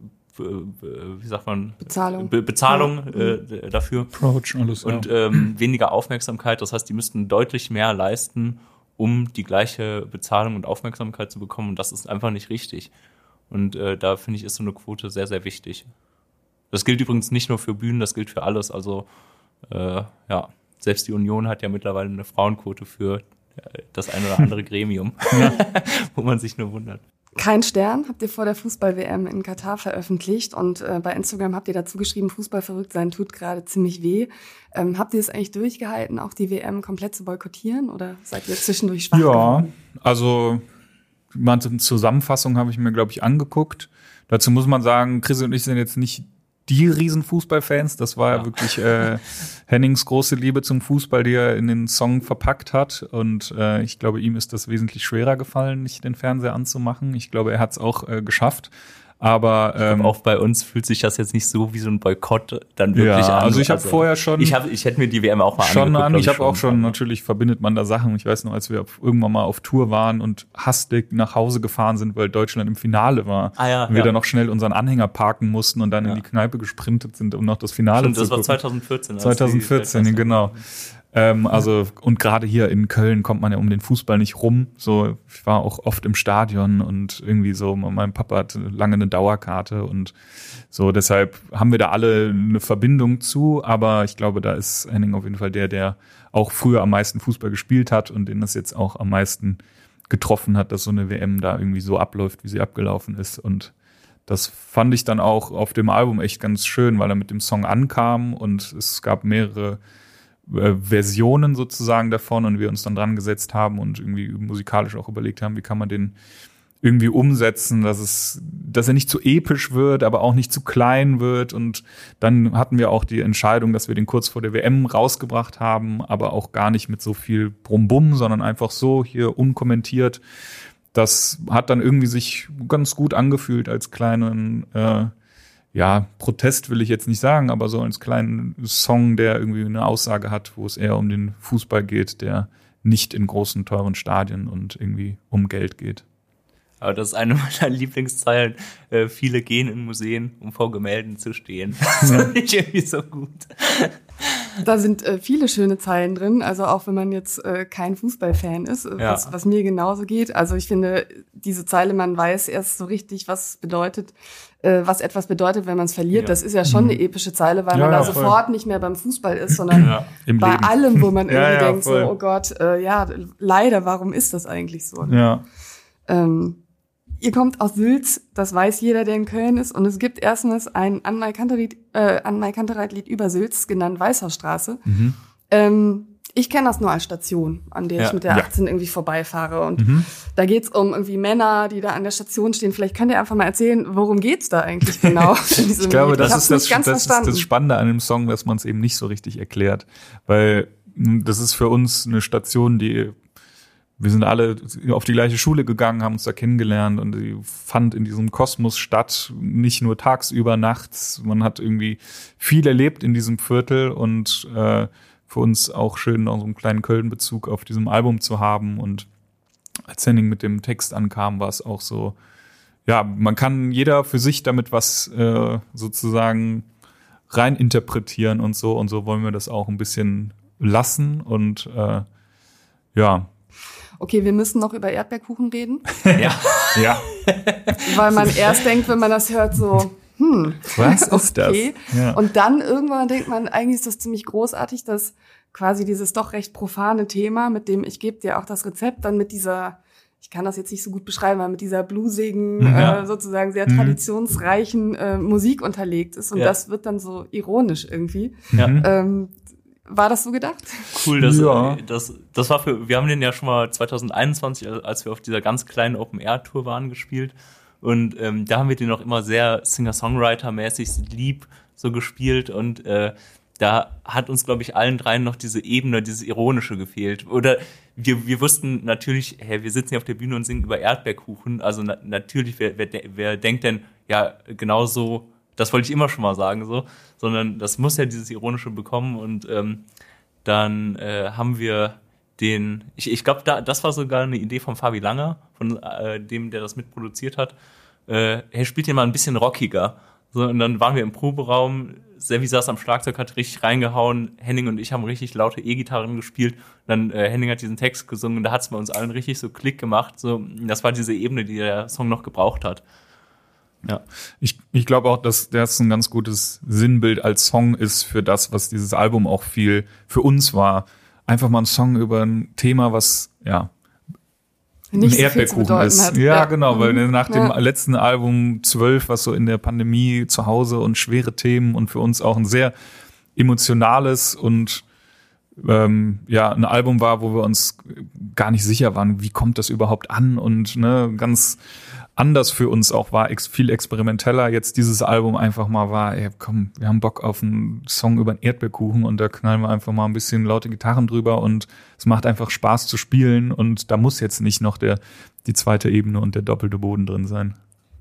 wie sagt man? Bezahlung. Be- Bezahlung äh, dafür. Approach, alles, und ja. ähm, weniger Aufmerksamkeit. Das heißt, die müssten deutlich mehr leisten, um die gleiche Bezahlung und Aufmerksamkeit zu bekommen. Und das ist einfach nicht richtig. Und äh, da finde ich, ist so eine Quote sehr, sehr wichtig. Das gilt übrigens nicht nur für Bühnen, das gilt für alles. Also, äh, ja. Selbst die Union hat ja mittlerweile eine Frauenquote für das ein oder andere Gremium, ja. wo man sich nur wundert. Kein Stern habt ihr vor der Fußball-W M in Katar veröffentlicht und äh, bei Instagram habt ihr dazu geschrieben, Fußball verrückt sein tut gerade ziemlich weh. Ähm, habt ihr es eigentlich durchgehalten, auch die W M komplett zu boykottieren oder seid ihr zwischendurch schwach Ja, geworden? also eine Zusammenfassung habe ich mir, glaube ich, angeguckt. Dazu muss man sagen, Chris und ich sind jetzt nicht die riesen Fußballfans. Das war ja, ja wirklich äh, Hennings große Liebe zum Fußball, die er in den Song verpackt hat. Und äh, ich glaube, ihm ist das wesentlich schwerer gefallen, nicht den Fernseher anzumachen. Ich glaube, er hat es auch äh, geschafft. Aber ähm, auch bei uns fühlt sich das jetzt nicht so wie so ein Boykott dann wirklich ja, an. Also ich habe also, vorher schon, ich habe, ich hätte mir die W M auch mal schon angeguckt. An, ich habe schon, auch schon, natürlich verbindet man da Sachen. Ich weiß noch, als wir auf, irgendwann mal auf Tour waren und hastig nach Hause gefahren sind, weil Deutschland im Finale war, ah, ja, und wir ja. dann noch schnell unseren Anhänger parken mussten und dann ja. in die Kneipe gesprintet sind, um noch das Finale Stimmt, zu das gucken. war zwanzig vierzehn. zwanzig vierzehn, genau. Ähm, also, und gerade hier in Köln kommt man ja um den Fußball nicht rum. So, ich war auch oft im Stadion und irgendwie so, mein Papa hatte lange eine Dauerkarte und so, deshalb haben wir da alle eine Verbindung zu, aber ich glaube, da ist Henning auf jeden Fall der, der auch früher am meisten Fußball gespielt hat und den das jetzt auch am meisten getroffen hat, dass so eine W M da irgendwie so abläuft, wie sie abgelaufen ist. Und das fand ich dann auch auf dem Album echt ganz schön, weil er mit dem Song ankam und es gab mehrere Versionen sozusagen davon und wir uns dann dran gesetzt haben und irgendwie musikalisch auch überlegt haben, wie kann man den irgendwie umsetzen, dass es, dass er nicht zu episch wird, aber auch nicht zu klein wird. Und dann hatten wir auch die Entscheidung, dass wir den kurz vor der W M rausgebracht haben, aber auch gar nicht mit so viel Brumbum, sondern einfach so hier unkommentiert. Das hat dann irgendwie sich ganz gut angefühlt als kleinen äh, ja, Protest will ich jetzt nicht sagen, aber so als kleinen Song, der irgendwie eine Aussage hat, wo es eher um den Fußball geht, der nicht in großen, teuren Stadien und irgendwie um Geld geht. Aber das ist eine meiner Lieblingszeilen. Äh, viele gehen in Museen, um vor Gemälden zu stehen. Das finde ich irgendwie so gut. Da sind äh, viele schöne Zeilen drin, also auch wenn man jetzt äh, kein Fußballfan ist, äh, ja. was, was mir genauso geht. Also ich finde, diese Zeile, man weiß erst so richtig, was bedeutet, äh, was etwas bedeutet, wenn man es verliert. Ja. Das ist ja schon eine epische Zeile, weil ja, man da ja, sofort nicht mehr beim Fußball ist, sondern ja. bei Leben. Allem, wo man irgendwie ja, ja, denkt, voll. so, oh Gott, äh, ja, leider, warum ist das eigentlich so? Ja. Ähm, Ihr kommt aus Sülz, das weiß jeder, der in Köln ist. Und es gibt erstmals ein An Mai-Kantereit äh, An Mai-Kantereit-Lied über Sülz, genannt Weißhausstraße. Mhm. Ähm, ich kenne das nur als Station, an der ja. ich mit der achtzehn ja. irgendwie vorbeifahre. Und mhm. da geht's um irgendwie Männer, die da an der Station stehen. Vielleicht könnt ihr einfach mal erzählen, worum geht's da eigentlich genau? Ich glaube, das, ist das, das, ist das Spannende an dem Song, dass man es eben nicht so richtig erklärt. Weil das ist für uns eine Station, die... Wir sind alle auf die gleiche Schule gegangen, haben uns da kennengelernt und die fand in diesem Kosmos statt, nicht nur tagsüber, nachts. Man hat irgendwie viel erlebt in diesem Viertel und äh, für uns auch schön, noch so einen kleinen Köln-Bezug auf diesem Album zu haben. Und als Henning mit dem Text ankam, war es auch so, ja, man kann jeder für sich damit was äh, sozusagen rein interpretieren und so. Und so wollen wir das auch ein bisschen lassen und äh, ja, okay, wir müssen noch über Erdbeerkuchen reden. Ja, ja. Weil man erst denkt, wenn man das hört, so, hm. Was ist okay. das? Ja. Und dann irgendwann denkt man, eigentlich ist das ziemlich großartig, dass quasi dieses doch recht profane Thema, mit dem ich gebe dir auch das Rezept, dann mit dieser, ich kann das jetzt nicht so gut beschreiben, aber mit dieser bluesigen, ja. äh, sozusagen sehr traditionsreichen äh, Musik unterlegt ist. Und ja. das wird dann so ironisch irgendwie. Ja. Ähm, War das so gedacht? Cool, das, ja. das, das war für, wir haben den ja schon mal zwanzig einundzwanzig, als wir auf dieser ganz kleinen Open-Air-Tour waren, gespielt. Und ähm, da haben wir den noch immer sehr Singer-Songwriter-mäßig lieb so gespielt. Und äh, da hat uns, glaube ich, allen dreien noch diese Ebene, dieses Ironische gefehlt. Oder wir, wir wussten natürlich, hey, wir sitzen hier auf der Bühne und singen über Erdbeerkuchen. Also na, natürlich, wer, wer, wer denkt denn, ja, genau so, das wollte ich immer schon mal sagen, so, sondern das muss ja dieses Ironische bekommen und ähm, dann äh, haben wir den, ich, ich glaube, da, das war sogar eine Idee von Fabi Langer, von äh, dem, der das mitproduziert hat. Äh, er spielt den mal ein bisschen rockiger. So, und dann waren wir im Proberaum, Sevi saß am Schlagzeug, hat richtig reingehauen, Henning und ich haben richtig laute E-Gitarren gespielt. Und dann äh, Henning hat diesen Text gesungen und da hat es bei uns allen richtig so Klick gemacht. So, das war diese Ebene, die der Song noch gebraucht hat. Ja, ich, ich glaube auch, dass das ein ganz gutes Sinnbild als Song ist für das, was dieses Album auch viel für uns war. Einfach mal ein Song über ein Thema, was, ja, nicht ein so viel zu Erdbeerkuchen bedeuten ist. hat. Ja, Ja. genau, weil Mhm. nach dem Ja. letzten Album zwölf, was so in der Pandemie zu Hause und schwere Themen und für uns auch ein sehr emotionales und ähm, ja, ein Album war, wo wir uns gar nicht sicher waren, wie kommt das überhaupt an und ne, ganz anders für uns auch war, ex- viel experimenteller jetzt dieses Album einfach mal war, ey, komm, wir haben Bock auf einen Song über einen Erdbeerkuchen und da knallen wir einfach mal ein bisschen laute Gitarren drüber und es macht einfach Spaß zu spielen und da muss jetzt nicht noch der die zweite Ebene und der doppelte Boden drin sein.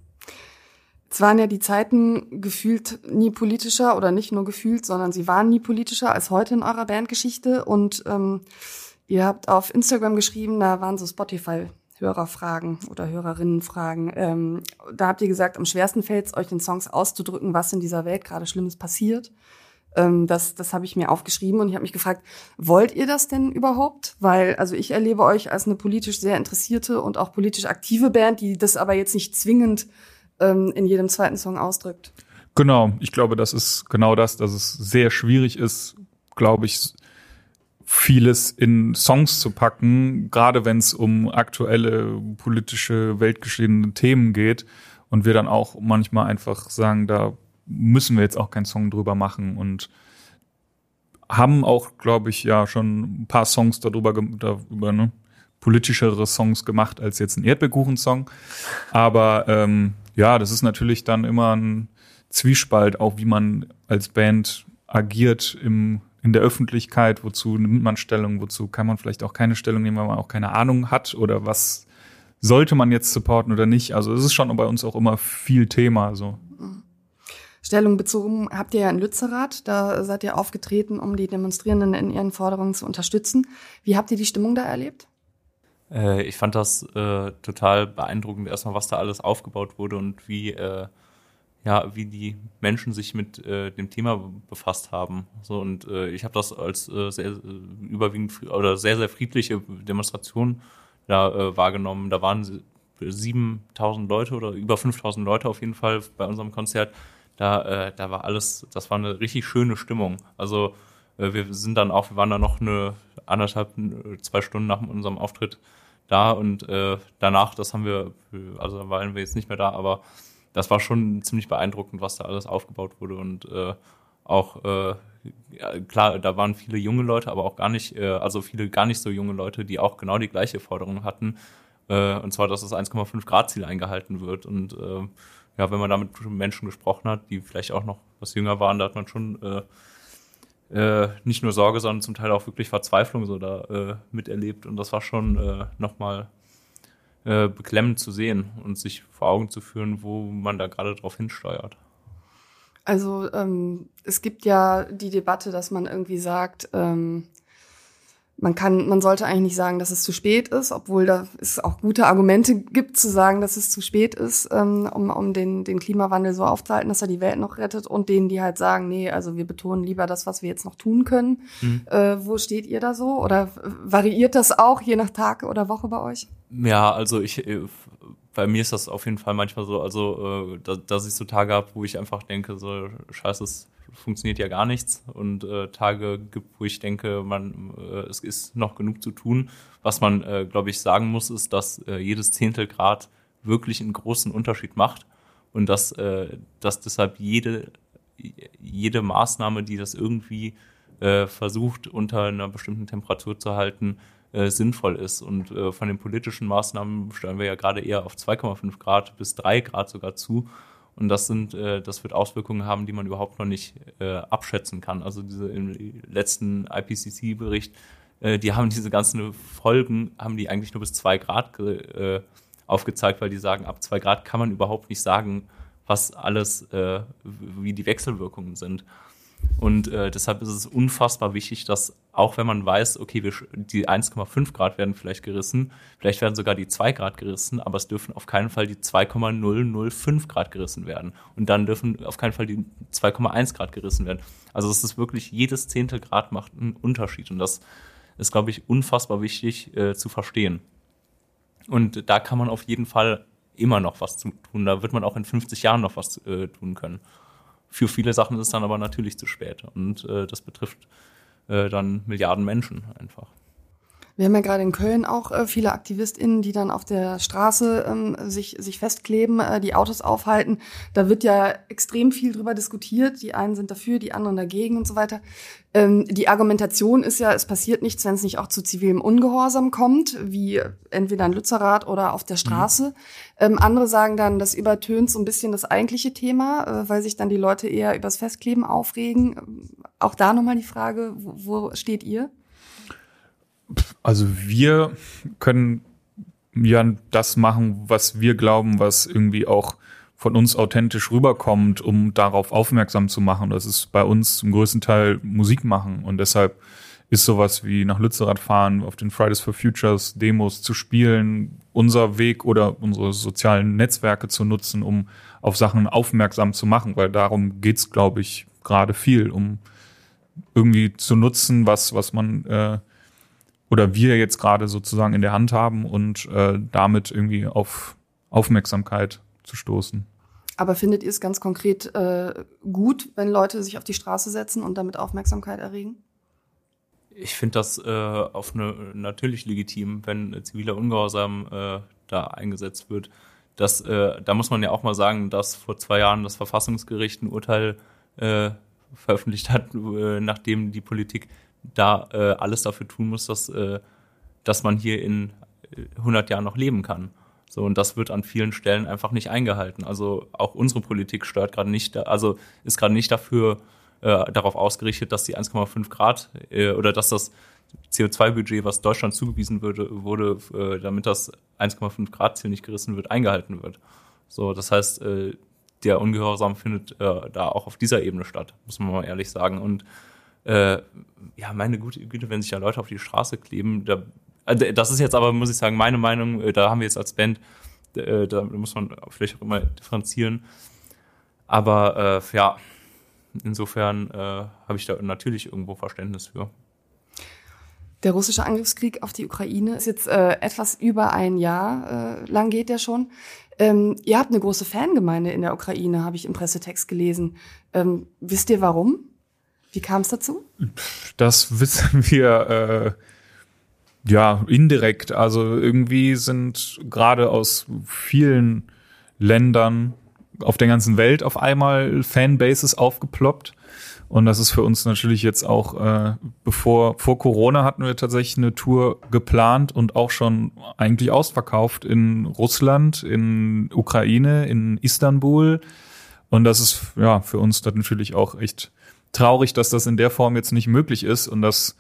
Es waren ja die Zeiten gefühlt nie politischer oder nicht nur gefühlt, sondern sie waren nie politischer als heute in eurer Bandgeschichte. Und ähm, ihr habt auf Instagram geschrieben, da waren so Spotify-Hörerfragen oder Hörerinnenfragen. Ähm, da habt ihr gesagt, am schwersten fällt es euch in Songs auszudrücken, was in dieser Welt gerade Schlimmes passiert. Ähm, das das habe ich mir aufgeschrieben und ich habe mich gefragt, wollt ihr das denn überhaupt? Weil also ich erlebe euch als eine politisch sehr interessierte und auch politisch aktive Band, die das aber jetzt nicht zwingend in jedem zweiten Song ausdrückt. Genau, ich glaube, das ist genau das, dass es sehr schwierig ist, glaube ich, vieles in Songs zu packen, gerade wenn es um aktuelle politische, weltgeschehene Themen geht und wir dann auch manchmal einfach sagen, da müssen wir jetzt auch keinen Song drüber machen und haben auch, glaube ich, ja schon ein paar Songs darüber, darüber ne, politischere Songs gemacht als jetzt ein Erdbeerkuchen-Song, aber ähm, ja, das ist natürlich dann immer ein Zwiespalt, auch wie man als Band agiert im, in der Öffentlichkeit. Wozu nimmt man Stellung, wozu kann man vielleicht auch keine Stellung nehmen, weil man auch keine Ahnung hat oder was sollte man jetzt supporten oder nicht. Also es ist schon bei uns auch immer viel Thema. So. Stellung bezogen habt ihr ja in Lützerath, da seid ihr aufgetreten, um die Demonstrierenden in ihren Forderungen zu unterstützen. Wie habt ihr die Stimmung da erlebt? Ich fand das äh, total beeindruckend, erstmal, was da alles aufgebaut wurde und wie, äh, ja, wie die Menschen sich mit äh, dem Thema befasst haben. So, und äh, ich habe das als äh, sehr äh, überwiegend oder sehr, sehr friedliche Demonstration da äh, wahrgenommen. Da waren siebentausend Leute oder über fünftausend Leute auf jeden Fall bei unserem Konzert. Da, äh, da war alles, das war eine richtig schöne Stimmung. Also äh, wir sind dann auch, wir waren da noch eine anderthalb, zwei Stunden nach unserem Auftritt da und äh, danach, das haben wir, also da waren wir jetzt nicht mehr da, aber das war schon ziemlich beeindruckend, was da alles aufgebaut wurde und äh, auch, äh, ja, klar, da waren viele junge Leute, aber auch gar nicht, äh, also viele gar nicht so junge Leute, die auch genau die gleiche Forderung hatten, äh, und zwar, dass das eins Komma fünf Grad Ziel eingehalten wird und äh, ja, wenn man da mit Menschen gesprochen hat, die vielleicht auch noch was jünger waren, da hat man schon äh, Äh, nicht nur Sorge, sondern zum Teil auch wirklich Verzweiflung so da äh, miterlebt. Und das war schon äh, nochmal äh, beklemmend zu sehen und sich vor Augen zu führen, wo man da gerade drauf hinsteuert. Also ähm, es gibt ja die Debatte, dass man irgendwie sagt, ähm, man kann, man sollte eigentlich nicht sagen, dass es zu spät ist, obwohl da es auch gute Argumente gibt, zu sagen, dass es zu spät ist, ähm, um, um den, den Klimawandel so aufzuhalten, dass er die Welt noch rettet, und denen, die halt sagen, nee, also wir betonen lieber das, was wir jetzt noch tun können. Mhm. Äh, wo steht ihr da so? Oder variiert das auch je nach Tag oder Woche bei euch? Ja, also ich, bei mir ist das auf jeden Fall manchmal so, also dass ich so Tage habe, wo ich einfach denke, so scheiße, es funktioniert ja gar nichts, und äh, Tage gibt, wo ich denke, man äh, es ist noch genug zu tun. Was man, äh, glaube ich, sagen muss, ist, dass äh, jedes Zehntel Grad wirklich einen großen Unterschied macht und dass, äh, dass deshalb jede, jede Maßnahme, die das irgendwie äh, versucht, unter einer bestimmten Temperatur zu halten, äh, sinnvoll ist. Und äh, von den politischen Maßnahmen steuern wir ja gerade eher auf zwei Komma fünf Grad bis drei Grad sogar zu. Und das sind, äh, das wird Auswirkungen haben, die man überhaupt noch nicht äh, abschätzen kann. Also diese im letzten I P C C-Bericht, äh, die haben diese ganzen Folgen, haben die eigentlich nur bis zwei Grad ge, äh, aufgezeigt, weil die sagen, ab zwei Grad kann man überhaupt nicht sagen, was alles, äh, wie die Wechselwirkungen sind. Und äh, deshalb ist es unfassbar wichtig, dass auch wenn man weiß, okay, wir, die eins Komma fünf Grad werden vielleicht gerissen, vielleicht werden sogar die zwei Grad gerissen, aber es dürfen auf keinen Fall die zwei Komma null null fünf Grad gerissen werden. Und dann dürfen auf keinen Fall die zwei Komma eins Grad gerissen werden. Also es ist wirklich, jedes Zehntel Grad macht einen Unterschied. Und das ist, glaube ich, unfassbar wichtig äh, zu verstehen. Und da kann man auf jeden Fall immer noch was tun. Da wird man auch in fünfzig Jahren noch was äh, tun können. Für viele Sachen ist es dann aber natürlich zu spät. Und äh, das betrifft äh, dann Milliarden Menschen einfach. Wir haben ja gerade in Köln auch äh, viele AktivistInnen, die dann auf der Straße ähm, sich, sich festkleben, äh, die Autos aufhalten. Da wird ja extrem viel drüber diskutiert. Die einen sind dafür, die anderen dagegen und so weiter. Ähm, die Argumentation ist ja, es passiert nichts, wenn es nicht auch zu zivilem Ungehorsam kommt, wie entweder in Lützerath oder auf der Straße. Mhm. Ähm, andere sagen dann, das übertönt so ein bisschen das eigentliche Thema, äh, weil sich dann die Leute eher übers Festkleben aufregen. Auch da nochmal die Frage, wo, wo steht ihr? Also wir können ja das machen, was wir glauben, was irgendwie auch von uns authentisch rüberkommt, um darauf aufmerksam zu machen. Das ist bei uns zum größten Teil Musik machen. Und deshalb ist sowas wie nach Lützerath fahren, auf den Fridays for Futures Demos zu spielen, unser Weg oder unsere sozialen Netzwerke zu nutzen, um auf Sachen aufmerksam zu machen. Weil darum geht's, glaube ich, gerade viel, um irgendwie zu nutzen, was, was man äh, oder wir jetzt gerade sozusagen in der Hand haben und äh, damit irgendwie auf Aufmerksamkeit zu stoßen. Aber findet ihr es ganz konkret äh, gut, wenn Leute sich auf die Straße setzen und damit Aufmerksamkeit erregen? Ich finde das äh, auf eine, natürlich legitim, wenn äh, ziviler Ungehorsam äh, da eingesetzt wird. Das, äh, da muss man ja auch mal sagen, dass vor zwei Jahren das Verfassungsgericht ein Urteil äh, veröffentlicht hat, äh, nachdem die Politik da äh, alles dafür tun muss, dass, äh, dass man hier in hundert Jahren noch leben kann. So, und das wird an vielen Stellen einfach nicht eingehalten. Also auch unsere Politik steuert gerade nicht, also ist gerade nicht dafür äh, darauf ausgerichtet, dass die eins Komma fünf Grad äh, oder dass das C O zwei Budget, was Deutschland zugewiesen würde, wurde, äh, damit das eins Komma fünf Grad Ziel nicht gerissen wird, eingehalten wird. So, das heißt, äh, der Ungehorsam findet äh, da auch auf dieser Ebene statt, muss man mal ehrlich sagen. Und Äh, ja, meine gute Güte, wenn sich da Leute auf die Straße kleben, da, also das ist jetzt aber, muss ich sagen, meine Meinung, äh, da haben wir jetzt als Band, äh, da muss man vielleicht auch immer differenzieren, aber äh, ja, insofern äh, habe ich da natürlich irgendwo Verständnis für. Der russische Angriffskrieg auf die Ukraine ist jetzt äh, etwas über ein Jahr äh, lang geht der schon. Ähm, ihr habt eine große Fangemeinde in der Ukraine, habe ich im Pressetext gelesen. Ähm, wisst ihr warum? Wie kam es dazu? Das wissen wir äh, ja indirekt. Also irgendwie sind gerade aus vielen Ländern auf der ganzen Welt auf einmal Fanbases aufgeploppt. Und das ist für uns natürlich jetzt auch, äh, bevor vor Corona hatten wir tatsächlich eine Tour geplant und auch schon eigentlich ausverkauft in Russland, in Ukraine, in Istanbul. Und das ist ja für uns dann natürlich auch echt traurig, dass das in der Form jetzt nicht möglich ist und das,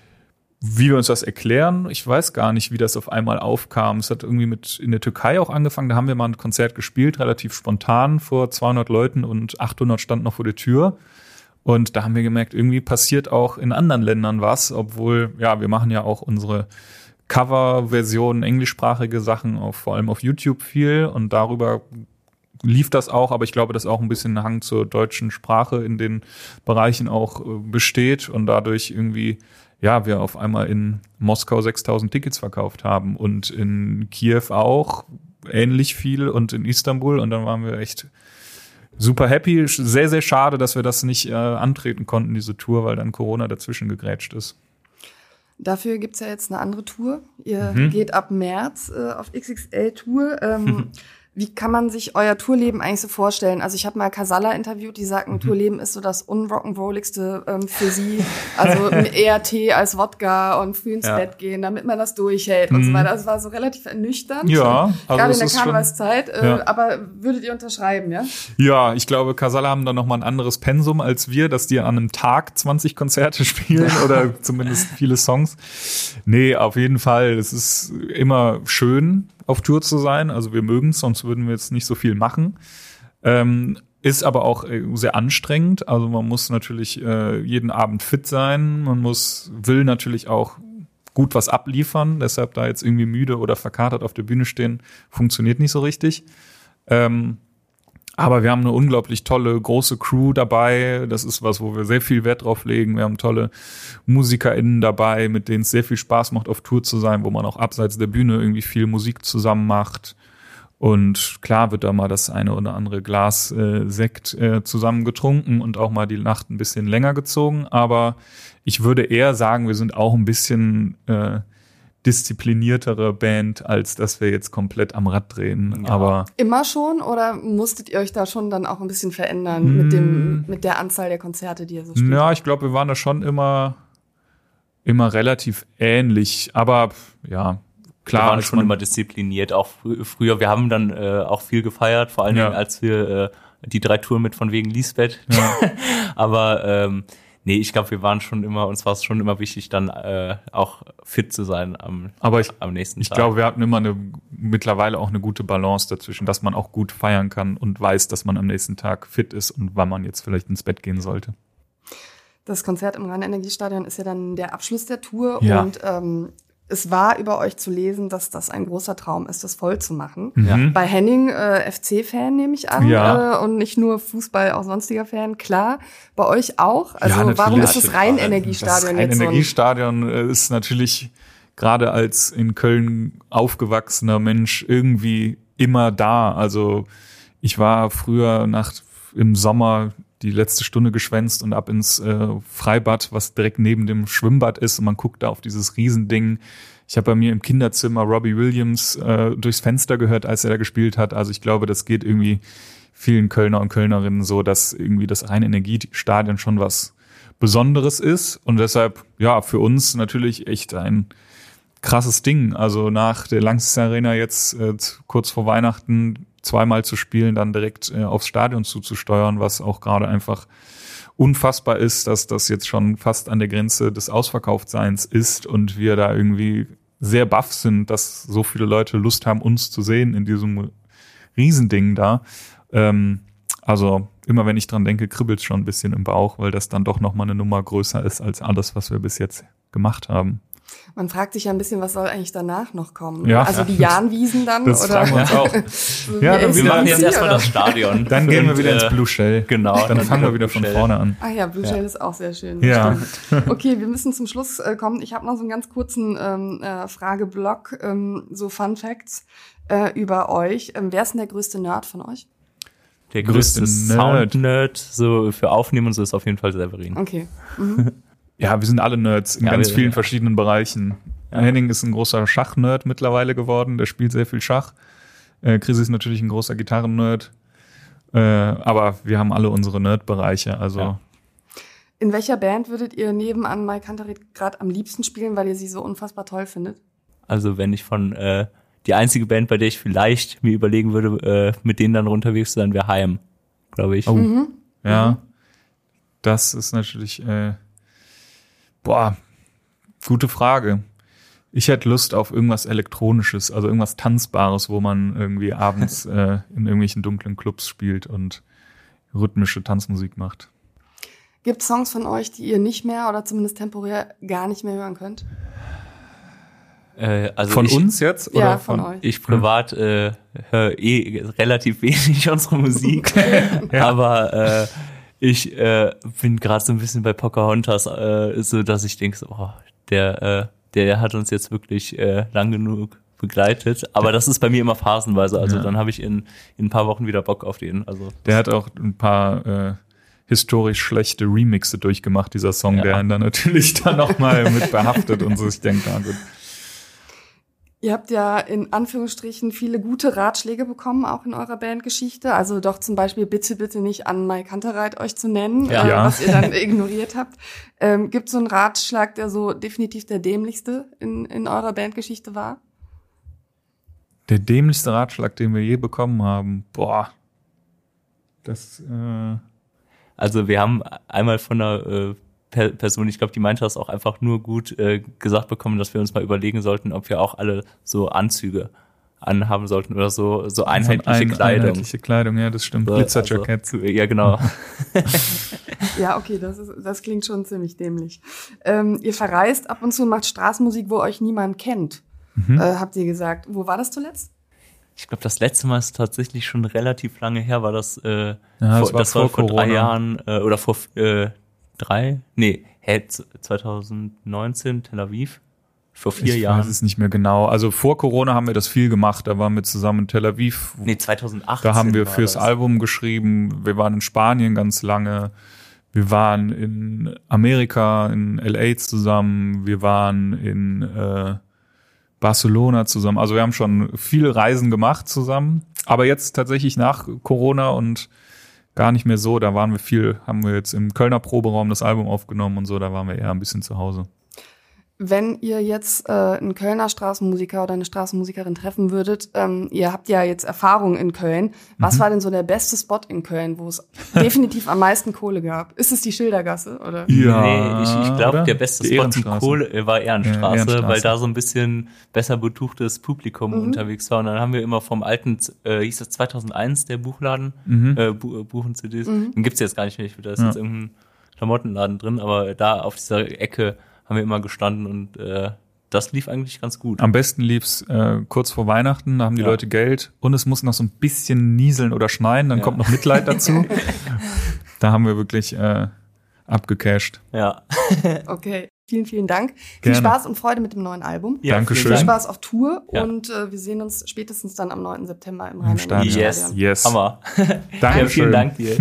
wie wir uns das erklären, ich weiß gar nicht, wie das auf einmal aufkam. Es hat irgendwie mit in der Türkei auch angefangen, da haben wir mal ein Konzert gespielt, relativ spontan vor zweihundert Leuten und achthundert standen noch vor der Tür. Und da haben wir gemerkt, irgendwie passiert auch in anderen Ländern was, obwohl, ja, wir machen ja auch unsere Cover-Versionen, englischsprachige Sachen, auf, vor allem auf YouTube viel und darüber lief das auch, aber ich glaube, dass auch ein bisschen ein Hang zur deutschen Sprache in den Bereichen auch äh, besteht und dadurch irgendwie, ja, wir auf einmal in Moskau sechstausend Tickets verkauft haben und in Kiew auch ähnlich viel und in Istanbul und dann waren wir echt super happy. Sehr, sehr schade, dass wir das nicht äh, antreten konnten, diese Tour, weil dann Corona dazwischen gegrätscht ist. Dafür gibt's ja jetzt eine andere Tour. Ihr Mhm. geht ab März äh, auf X X L-Tour. Ähm, Wie kann man sich euer Tourleben eigentlich so vorstellen? Also ich habe mal Casalla interviewt, die sagten, mhm. Tourleben ist so das unrock'n'rolligste ähm, für sie. Also eher Tee als Wodka und früh ins ja. Bett gehen, damit man das durchhält mhm. und so weiter. Das war so relativ ernüchternd. Ja, also gerade in der Karnevalszeit. Äh, ja. Aber würdet ihr unterschreiben, ja? Ja, ich glaube, Casalla haben da noch mal ein anderes Pensum als wir, dass die an einem Tag zwanzig Konzerte spielen oder zumindest viele Songs. Nee, auf jeden Fall. Es ist immer schön, auf Tour zu sein. Also wir mögen es, sonst würden wir jetzt nicht so viel machen. Ähm, ist aber auch sehr anstrengend. Also man muss natürlich äh, jeden Abend fit sein. Man muss, will natürlich auch gut was abliefern. Deshalb da jetzt irgendwie müde oder verkatert auf der Bühne stehen, funktioniert nicht so richtig. Ähm, aber wir haben eine unglaublich tolle, große Crew dabei. Das ist was, wo wir sehr viel Wert drauf legen. Wir haben tolle MusikerInnen dabei, mit denen es sehr viel Spaß macht, auf Tour zu sein, wo man auch abseits der Bühne irgendwie viel Musik zusammen macht. Und klar wird da mal das eine oder andere Glas äh, Sekt äh, zusammen getrunken und auch mal die Nacht ein bisschen länger gezogen. Aber ich würde eher sagen, wir sind auch ein bisschen äh, diszipliniertere Band, als dass wir jetzt komplett am Rad drehen. Ja. Aber immer schon oder musstet ihr euch da schon dann auch ein bisschen verändern mm. mit dem mit der Anzahl der Konzerte, die ihr so spielt? Ja, ich glaube, wir waren da schon immer immer relativ ähnlich. Aber ja, klar. Wir waren schon immer diszipliniert, auch fr- früher. Wir haben dann äh, auch viel gefeiert, vor allen ja. Dingen, als wir äh, die drei Touren mit von wegen Lisbeth. Ja. Aber ähm, nee, ich glaube, wir waren schon immer, uns war es schon immer wichtig, dann äh, auch fit zu sein am, Aber ich, am nächsten ich Tag. Ich glaube, wir hatten immer eine mittlerweile auch eine gute Balance dazwischen, dass man auch gut feiern kann und weiß, dass man am nächsten Tag fit ist und wann man jetzt vielleicht ins Bett gehen sollte. Das Konzert im Rhein-Energiestadion ist ja dann der Abschluss der Tour ja. und ähm, es war über euch zu lesen, dass das ein großer Traum ist, das voll zu machen. Mhm. Bei Henning äh, F C-Fan nehme ich an ja. äh, und nicht nur Fußball, auch sonstiger Fan. Klar, bei euch auch. Also ja, warum ist das Rhein-Energiestadion jetzt so? Das Rhein-Energiestadion ist natürlich gerade als in Köln aufgewachsener Mensch irgendwie immer da. Also ich war früher nach im Sommer die letzte Stunde geschwänzt und ab ins äh, Freibad, was direkt neben dem Schwimmbad ist, und man guckt da auf dieses Riesending. Ich habe bei mir im Kinderzimmer Robbie Williams äh, durchs Fenster gehört, als er da gespielt hat. Also ich glaube, das geht irgendwie vielen Kölner und Kölnerinnen so, dass irgendwie das Rhein-Energiestadion schon was Besonderes ist und deshalb, ja, für uns natürlich echt ein krasses Ding. Also nach der Lanxess Arena jetzt äh, kurz vor Weihnachten zweimal zu spielen, dann direkt äh, aufs Stadion zuzusteuern, was auch gerade einfach unfassbar ist, dass das jetzt schon fast an der Grenze des Ausverkauftseins ist und wir da irgendwie sehr baff sind, dass so viele Leute Lust haben, uns zu sehen in diesem Riesending da. Ähm, also immer wenn ich dran denke, kribbelt es schon ein bisschen im Bauch, weil das dann doch nochmal eine Nummer größer ist als alles, was wir bis jetzt gemacht haben. Man fragt sich ja ein bisschen, was soll eigentlich danach noch kommen? Ja. Also die Jahnwiesen dann? Das oder? fragen wir uns auch. So ja, wir machen jetzt erstmal das Stadion. Dann gehen wir Und, wieder ins äh, Blue Shell. Genau. Dann, dann fangen wir wieder von Shell. vorne an. Ah ja, Blue Shell ja. ist auch sehr schön. Ja. Okay, wir müssen zum Schluss äh, kommen. Ich habe noch so einen ganz kurzen ähm, äh, Frageblock, ähm, so Fun Facts äh, über euch. Ähm, wer ist denn der größte Nerd von euch? Der größte, größte Sound-Nerd so für Aufnehmen und so ist auf jeden Fall Severin. Okay. Mhm. Ja, wir sind alle Nerds in ja, ganz wir, vielen ja. verschiedenen Bereichen. Ja. Henning ist ein großer Schach-Nerd mittlerweile geworden, der spielt sehr viel Schach. Äh, Chris ist natürlich ein großer Gitarren-Nerd. Äh, aber wir haben alle unsere Nerd-Bereiche. Also ja. In welcher Band würdet ihr nebenan Mike Kantereit gerade am liebsten spielen, weil ihr sie so unfassbar toll findet? Also wenn ich von äh, die einzige Band, bei der ich vielleicht mir überlegen würde, äh, mit denen dann unterwegs zu sein, wäre Haim, glaube ich. Oh. Mhm. Ja, mhm. Das ist natürlich äh, boah, gute Frage. Ich hätte Lust auf irgendwas Elektronisches, also irgendwas Tanzbares, wo man irgendwie abends äh, in irgendwelchen dunklen Clubs spielt und rhythmische Tanzmusik macht. Gibt es Songs von euch, die ihr nicht mehr oder zumindest temporär gar nicht mehr hören könnt? Äh, also von ich, uns jetzt? Oder ja, von, von euch. Ich privat äh, höre eh relativ wenig unsere Musik, ja. aber äh, ich äh, bin gerade so ein bisschen bei Pocahontas, äh, so dass ich denke, so, oh, der, äh, der hat uns jetzt wirklich äh, lang genug begleitet. Aber das ist bei mir immer phasenweise. Also ja. dann habe ich in, in ein paar Wochen wieder Bock auf den. Also der hat auch ein paar äh, historisch schlechte Remixe durchgemacht, dieser Song, ja. der ihn dann natürlich dann nochmal mit behaftet und so. Ich denke, na gut. Ihr habt ja in Anführungsstrichen viele gute Ratschläge bekommen, auch in eurer Bandgeschichte. Also doch zum Beispiel bitte, bitte nicht an Mike Kantereit euch zu nennen, ja. äh, was ihr dann ignoriert habt. Ähm, gibt es so einen Ratschlag, der so definitiv der dämlichste in, in eurer Bandgeschichte war? Der dämlichste Ratschlag, den wir je bekommen haben? Boah. Das, äh Also wir haben einmal von einer äh, Person, ich glaube, die meinte das auch einfach nur gut äh, gesagt bekommen, dass wir uns mal überlegen sollten, ob wir auch alle so Anzüge anhaben sollten oder so so einheitliche ein, Kleidung. Einheitliche Kleidung, ja, das stimmt. So, Glitzerjackett. Also, ja, genau. Ja, okay, das ist, das klingt schon ziemlich dämlich. Ähm, ihr verreist ab und zu und macht Straßenmusik, wo euch niemand kennt, mhm. äh, habt ihr gesagt. Wo war das zuletzt? Ich glaube, das letzte Mal ist tatsächlich schon relativ lange her, war das, äh, ja, das vor, war das vor, war vor Corona. drei Jahren äh, oder vor äh, drei, nee, hä, zwanzig neunzehn, Tel Aviv, vor vier ich Jahren. Ich weiß es nicht mehr genau. Also vor Corona haben wir das viel gemacht, da waren wir zusammen in Tel Aviv. Nee, zwanzig achtzehn. Da haben wir fürs das. Album geschrieben, wir waren in Spanien ganz lange, wir waren in Amerika, in L A zusammen, wir waren in, äh, Barcelona zusammen. Also wir haben schon viele Reisen gemacht zusammen. Aber jetzt tatsächlich nach Corona und gar nicht mehr so. Da waren wir viel, haben wir jetzt im Kölner Proberaum das Album aufgenommen und so. Da waren wir eher ein bisschen zu Hause. Wenn ihr jetzt äh, einen Kölner Straßenmusiker oder eine Straßenmusikerin treffen würdet, ähm, ihr habt ja jetzt Erfahrung in Köln. Was mhm. war denn so der beste Spot in Köln, wo es definitiv am meisten Kohle gab? Ist es die Schildergasse, oder? Ja, nee, ich, ich glaube, der beste Spot zum Kohle war Ehrenstraße, ja, Ehrenstraße, weil da so ein bisschen besser betuchtes Publikum mhm. unterwegs war. Und dann haben wir immer vom alten, äh, hieß das zweitausendeins, der Buchladen, mhm. äh, Bu- Buchen C Ds. Mhm. Den gibt's jetzt gar nicht mehr, da ist ja. jetzt irgendein Klamottenladen drin, aber da auf dieser Ecke haben wir immer gestanden und äh, das lief eigentlich ganz gut. Am besten lief's äh, kurz vor Weihnachten, da haben die ja. Leute Geld und es muss noch so ein bisschen nieseln oder schneien, dann ja. kommt noch Mitleid dazu. Da haben wir wirklich äh, abgecasht. Ja. Okay, vielen, vielen Dank. Gerne. Viel Spaß und Freude mit dem neuen Album. Ja, Dankeschön. Viel Spaß auf Tour ja. und äh, wir sehen uns spätestens dann am neunten September im Rhein-Main-Stadion. Yes, yes. Hammer. Danke ja, vielen Dank dir.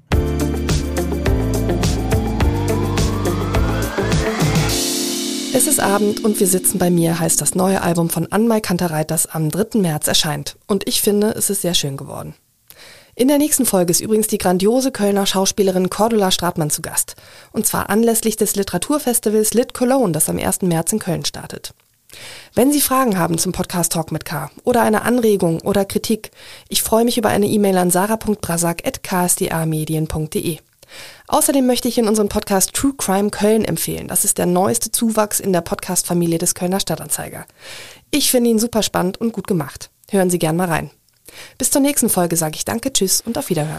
Es ist Abend und wir sitzen bei mir, heißt das neue Album von Anmai Kantereit, das am dritten März erscheint. Und ich finde, es ist sehr schön geworden. In der nächsten Folge ist übrigens die grandiose Kölner Schauspielerin Cordula Stratmann zu Gast. Und zwar anlässlich des Literaturfestivals Lit Cologne, das am ersten März in Köln startet. Wenn Sie Fragen haben zum Podcast Talk mit K oder eine Anregung oder Kritik, ich freue mich über eine E-Mail an sarah punkt brasak at k s d a medien punkt d e. Außerdem möchte ich in unserem Podcast True Crime Köln empfehlen. Das ist der neueste Zuwachs in der Podcast-Familie des Kölner Stadtanzeiger. Ich finde ihn super spannend und gut gemacht. Hören Sie gern mal rein. Bis zur nächsten Folge sage ich Danke, Tschüss und auf Wiederhören.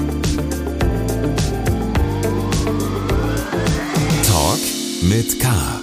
Talk mit K.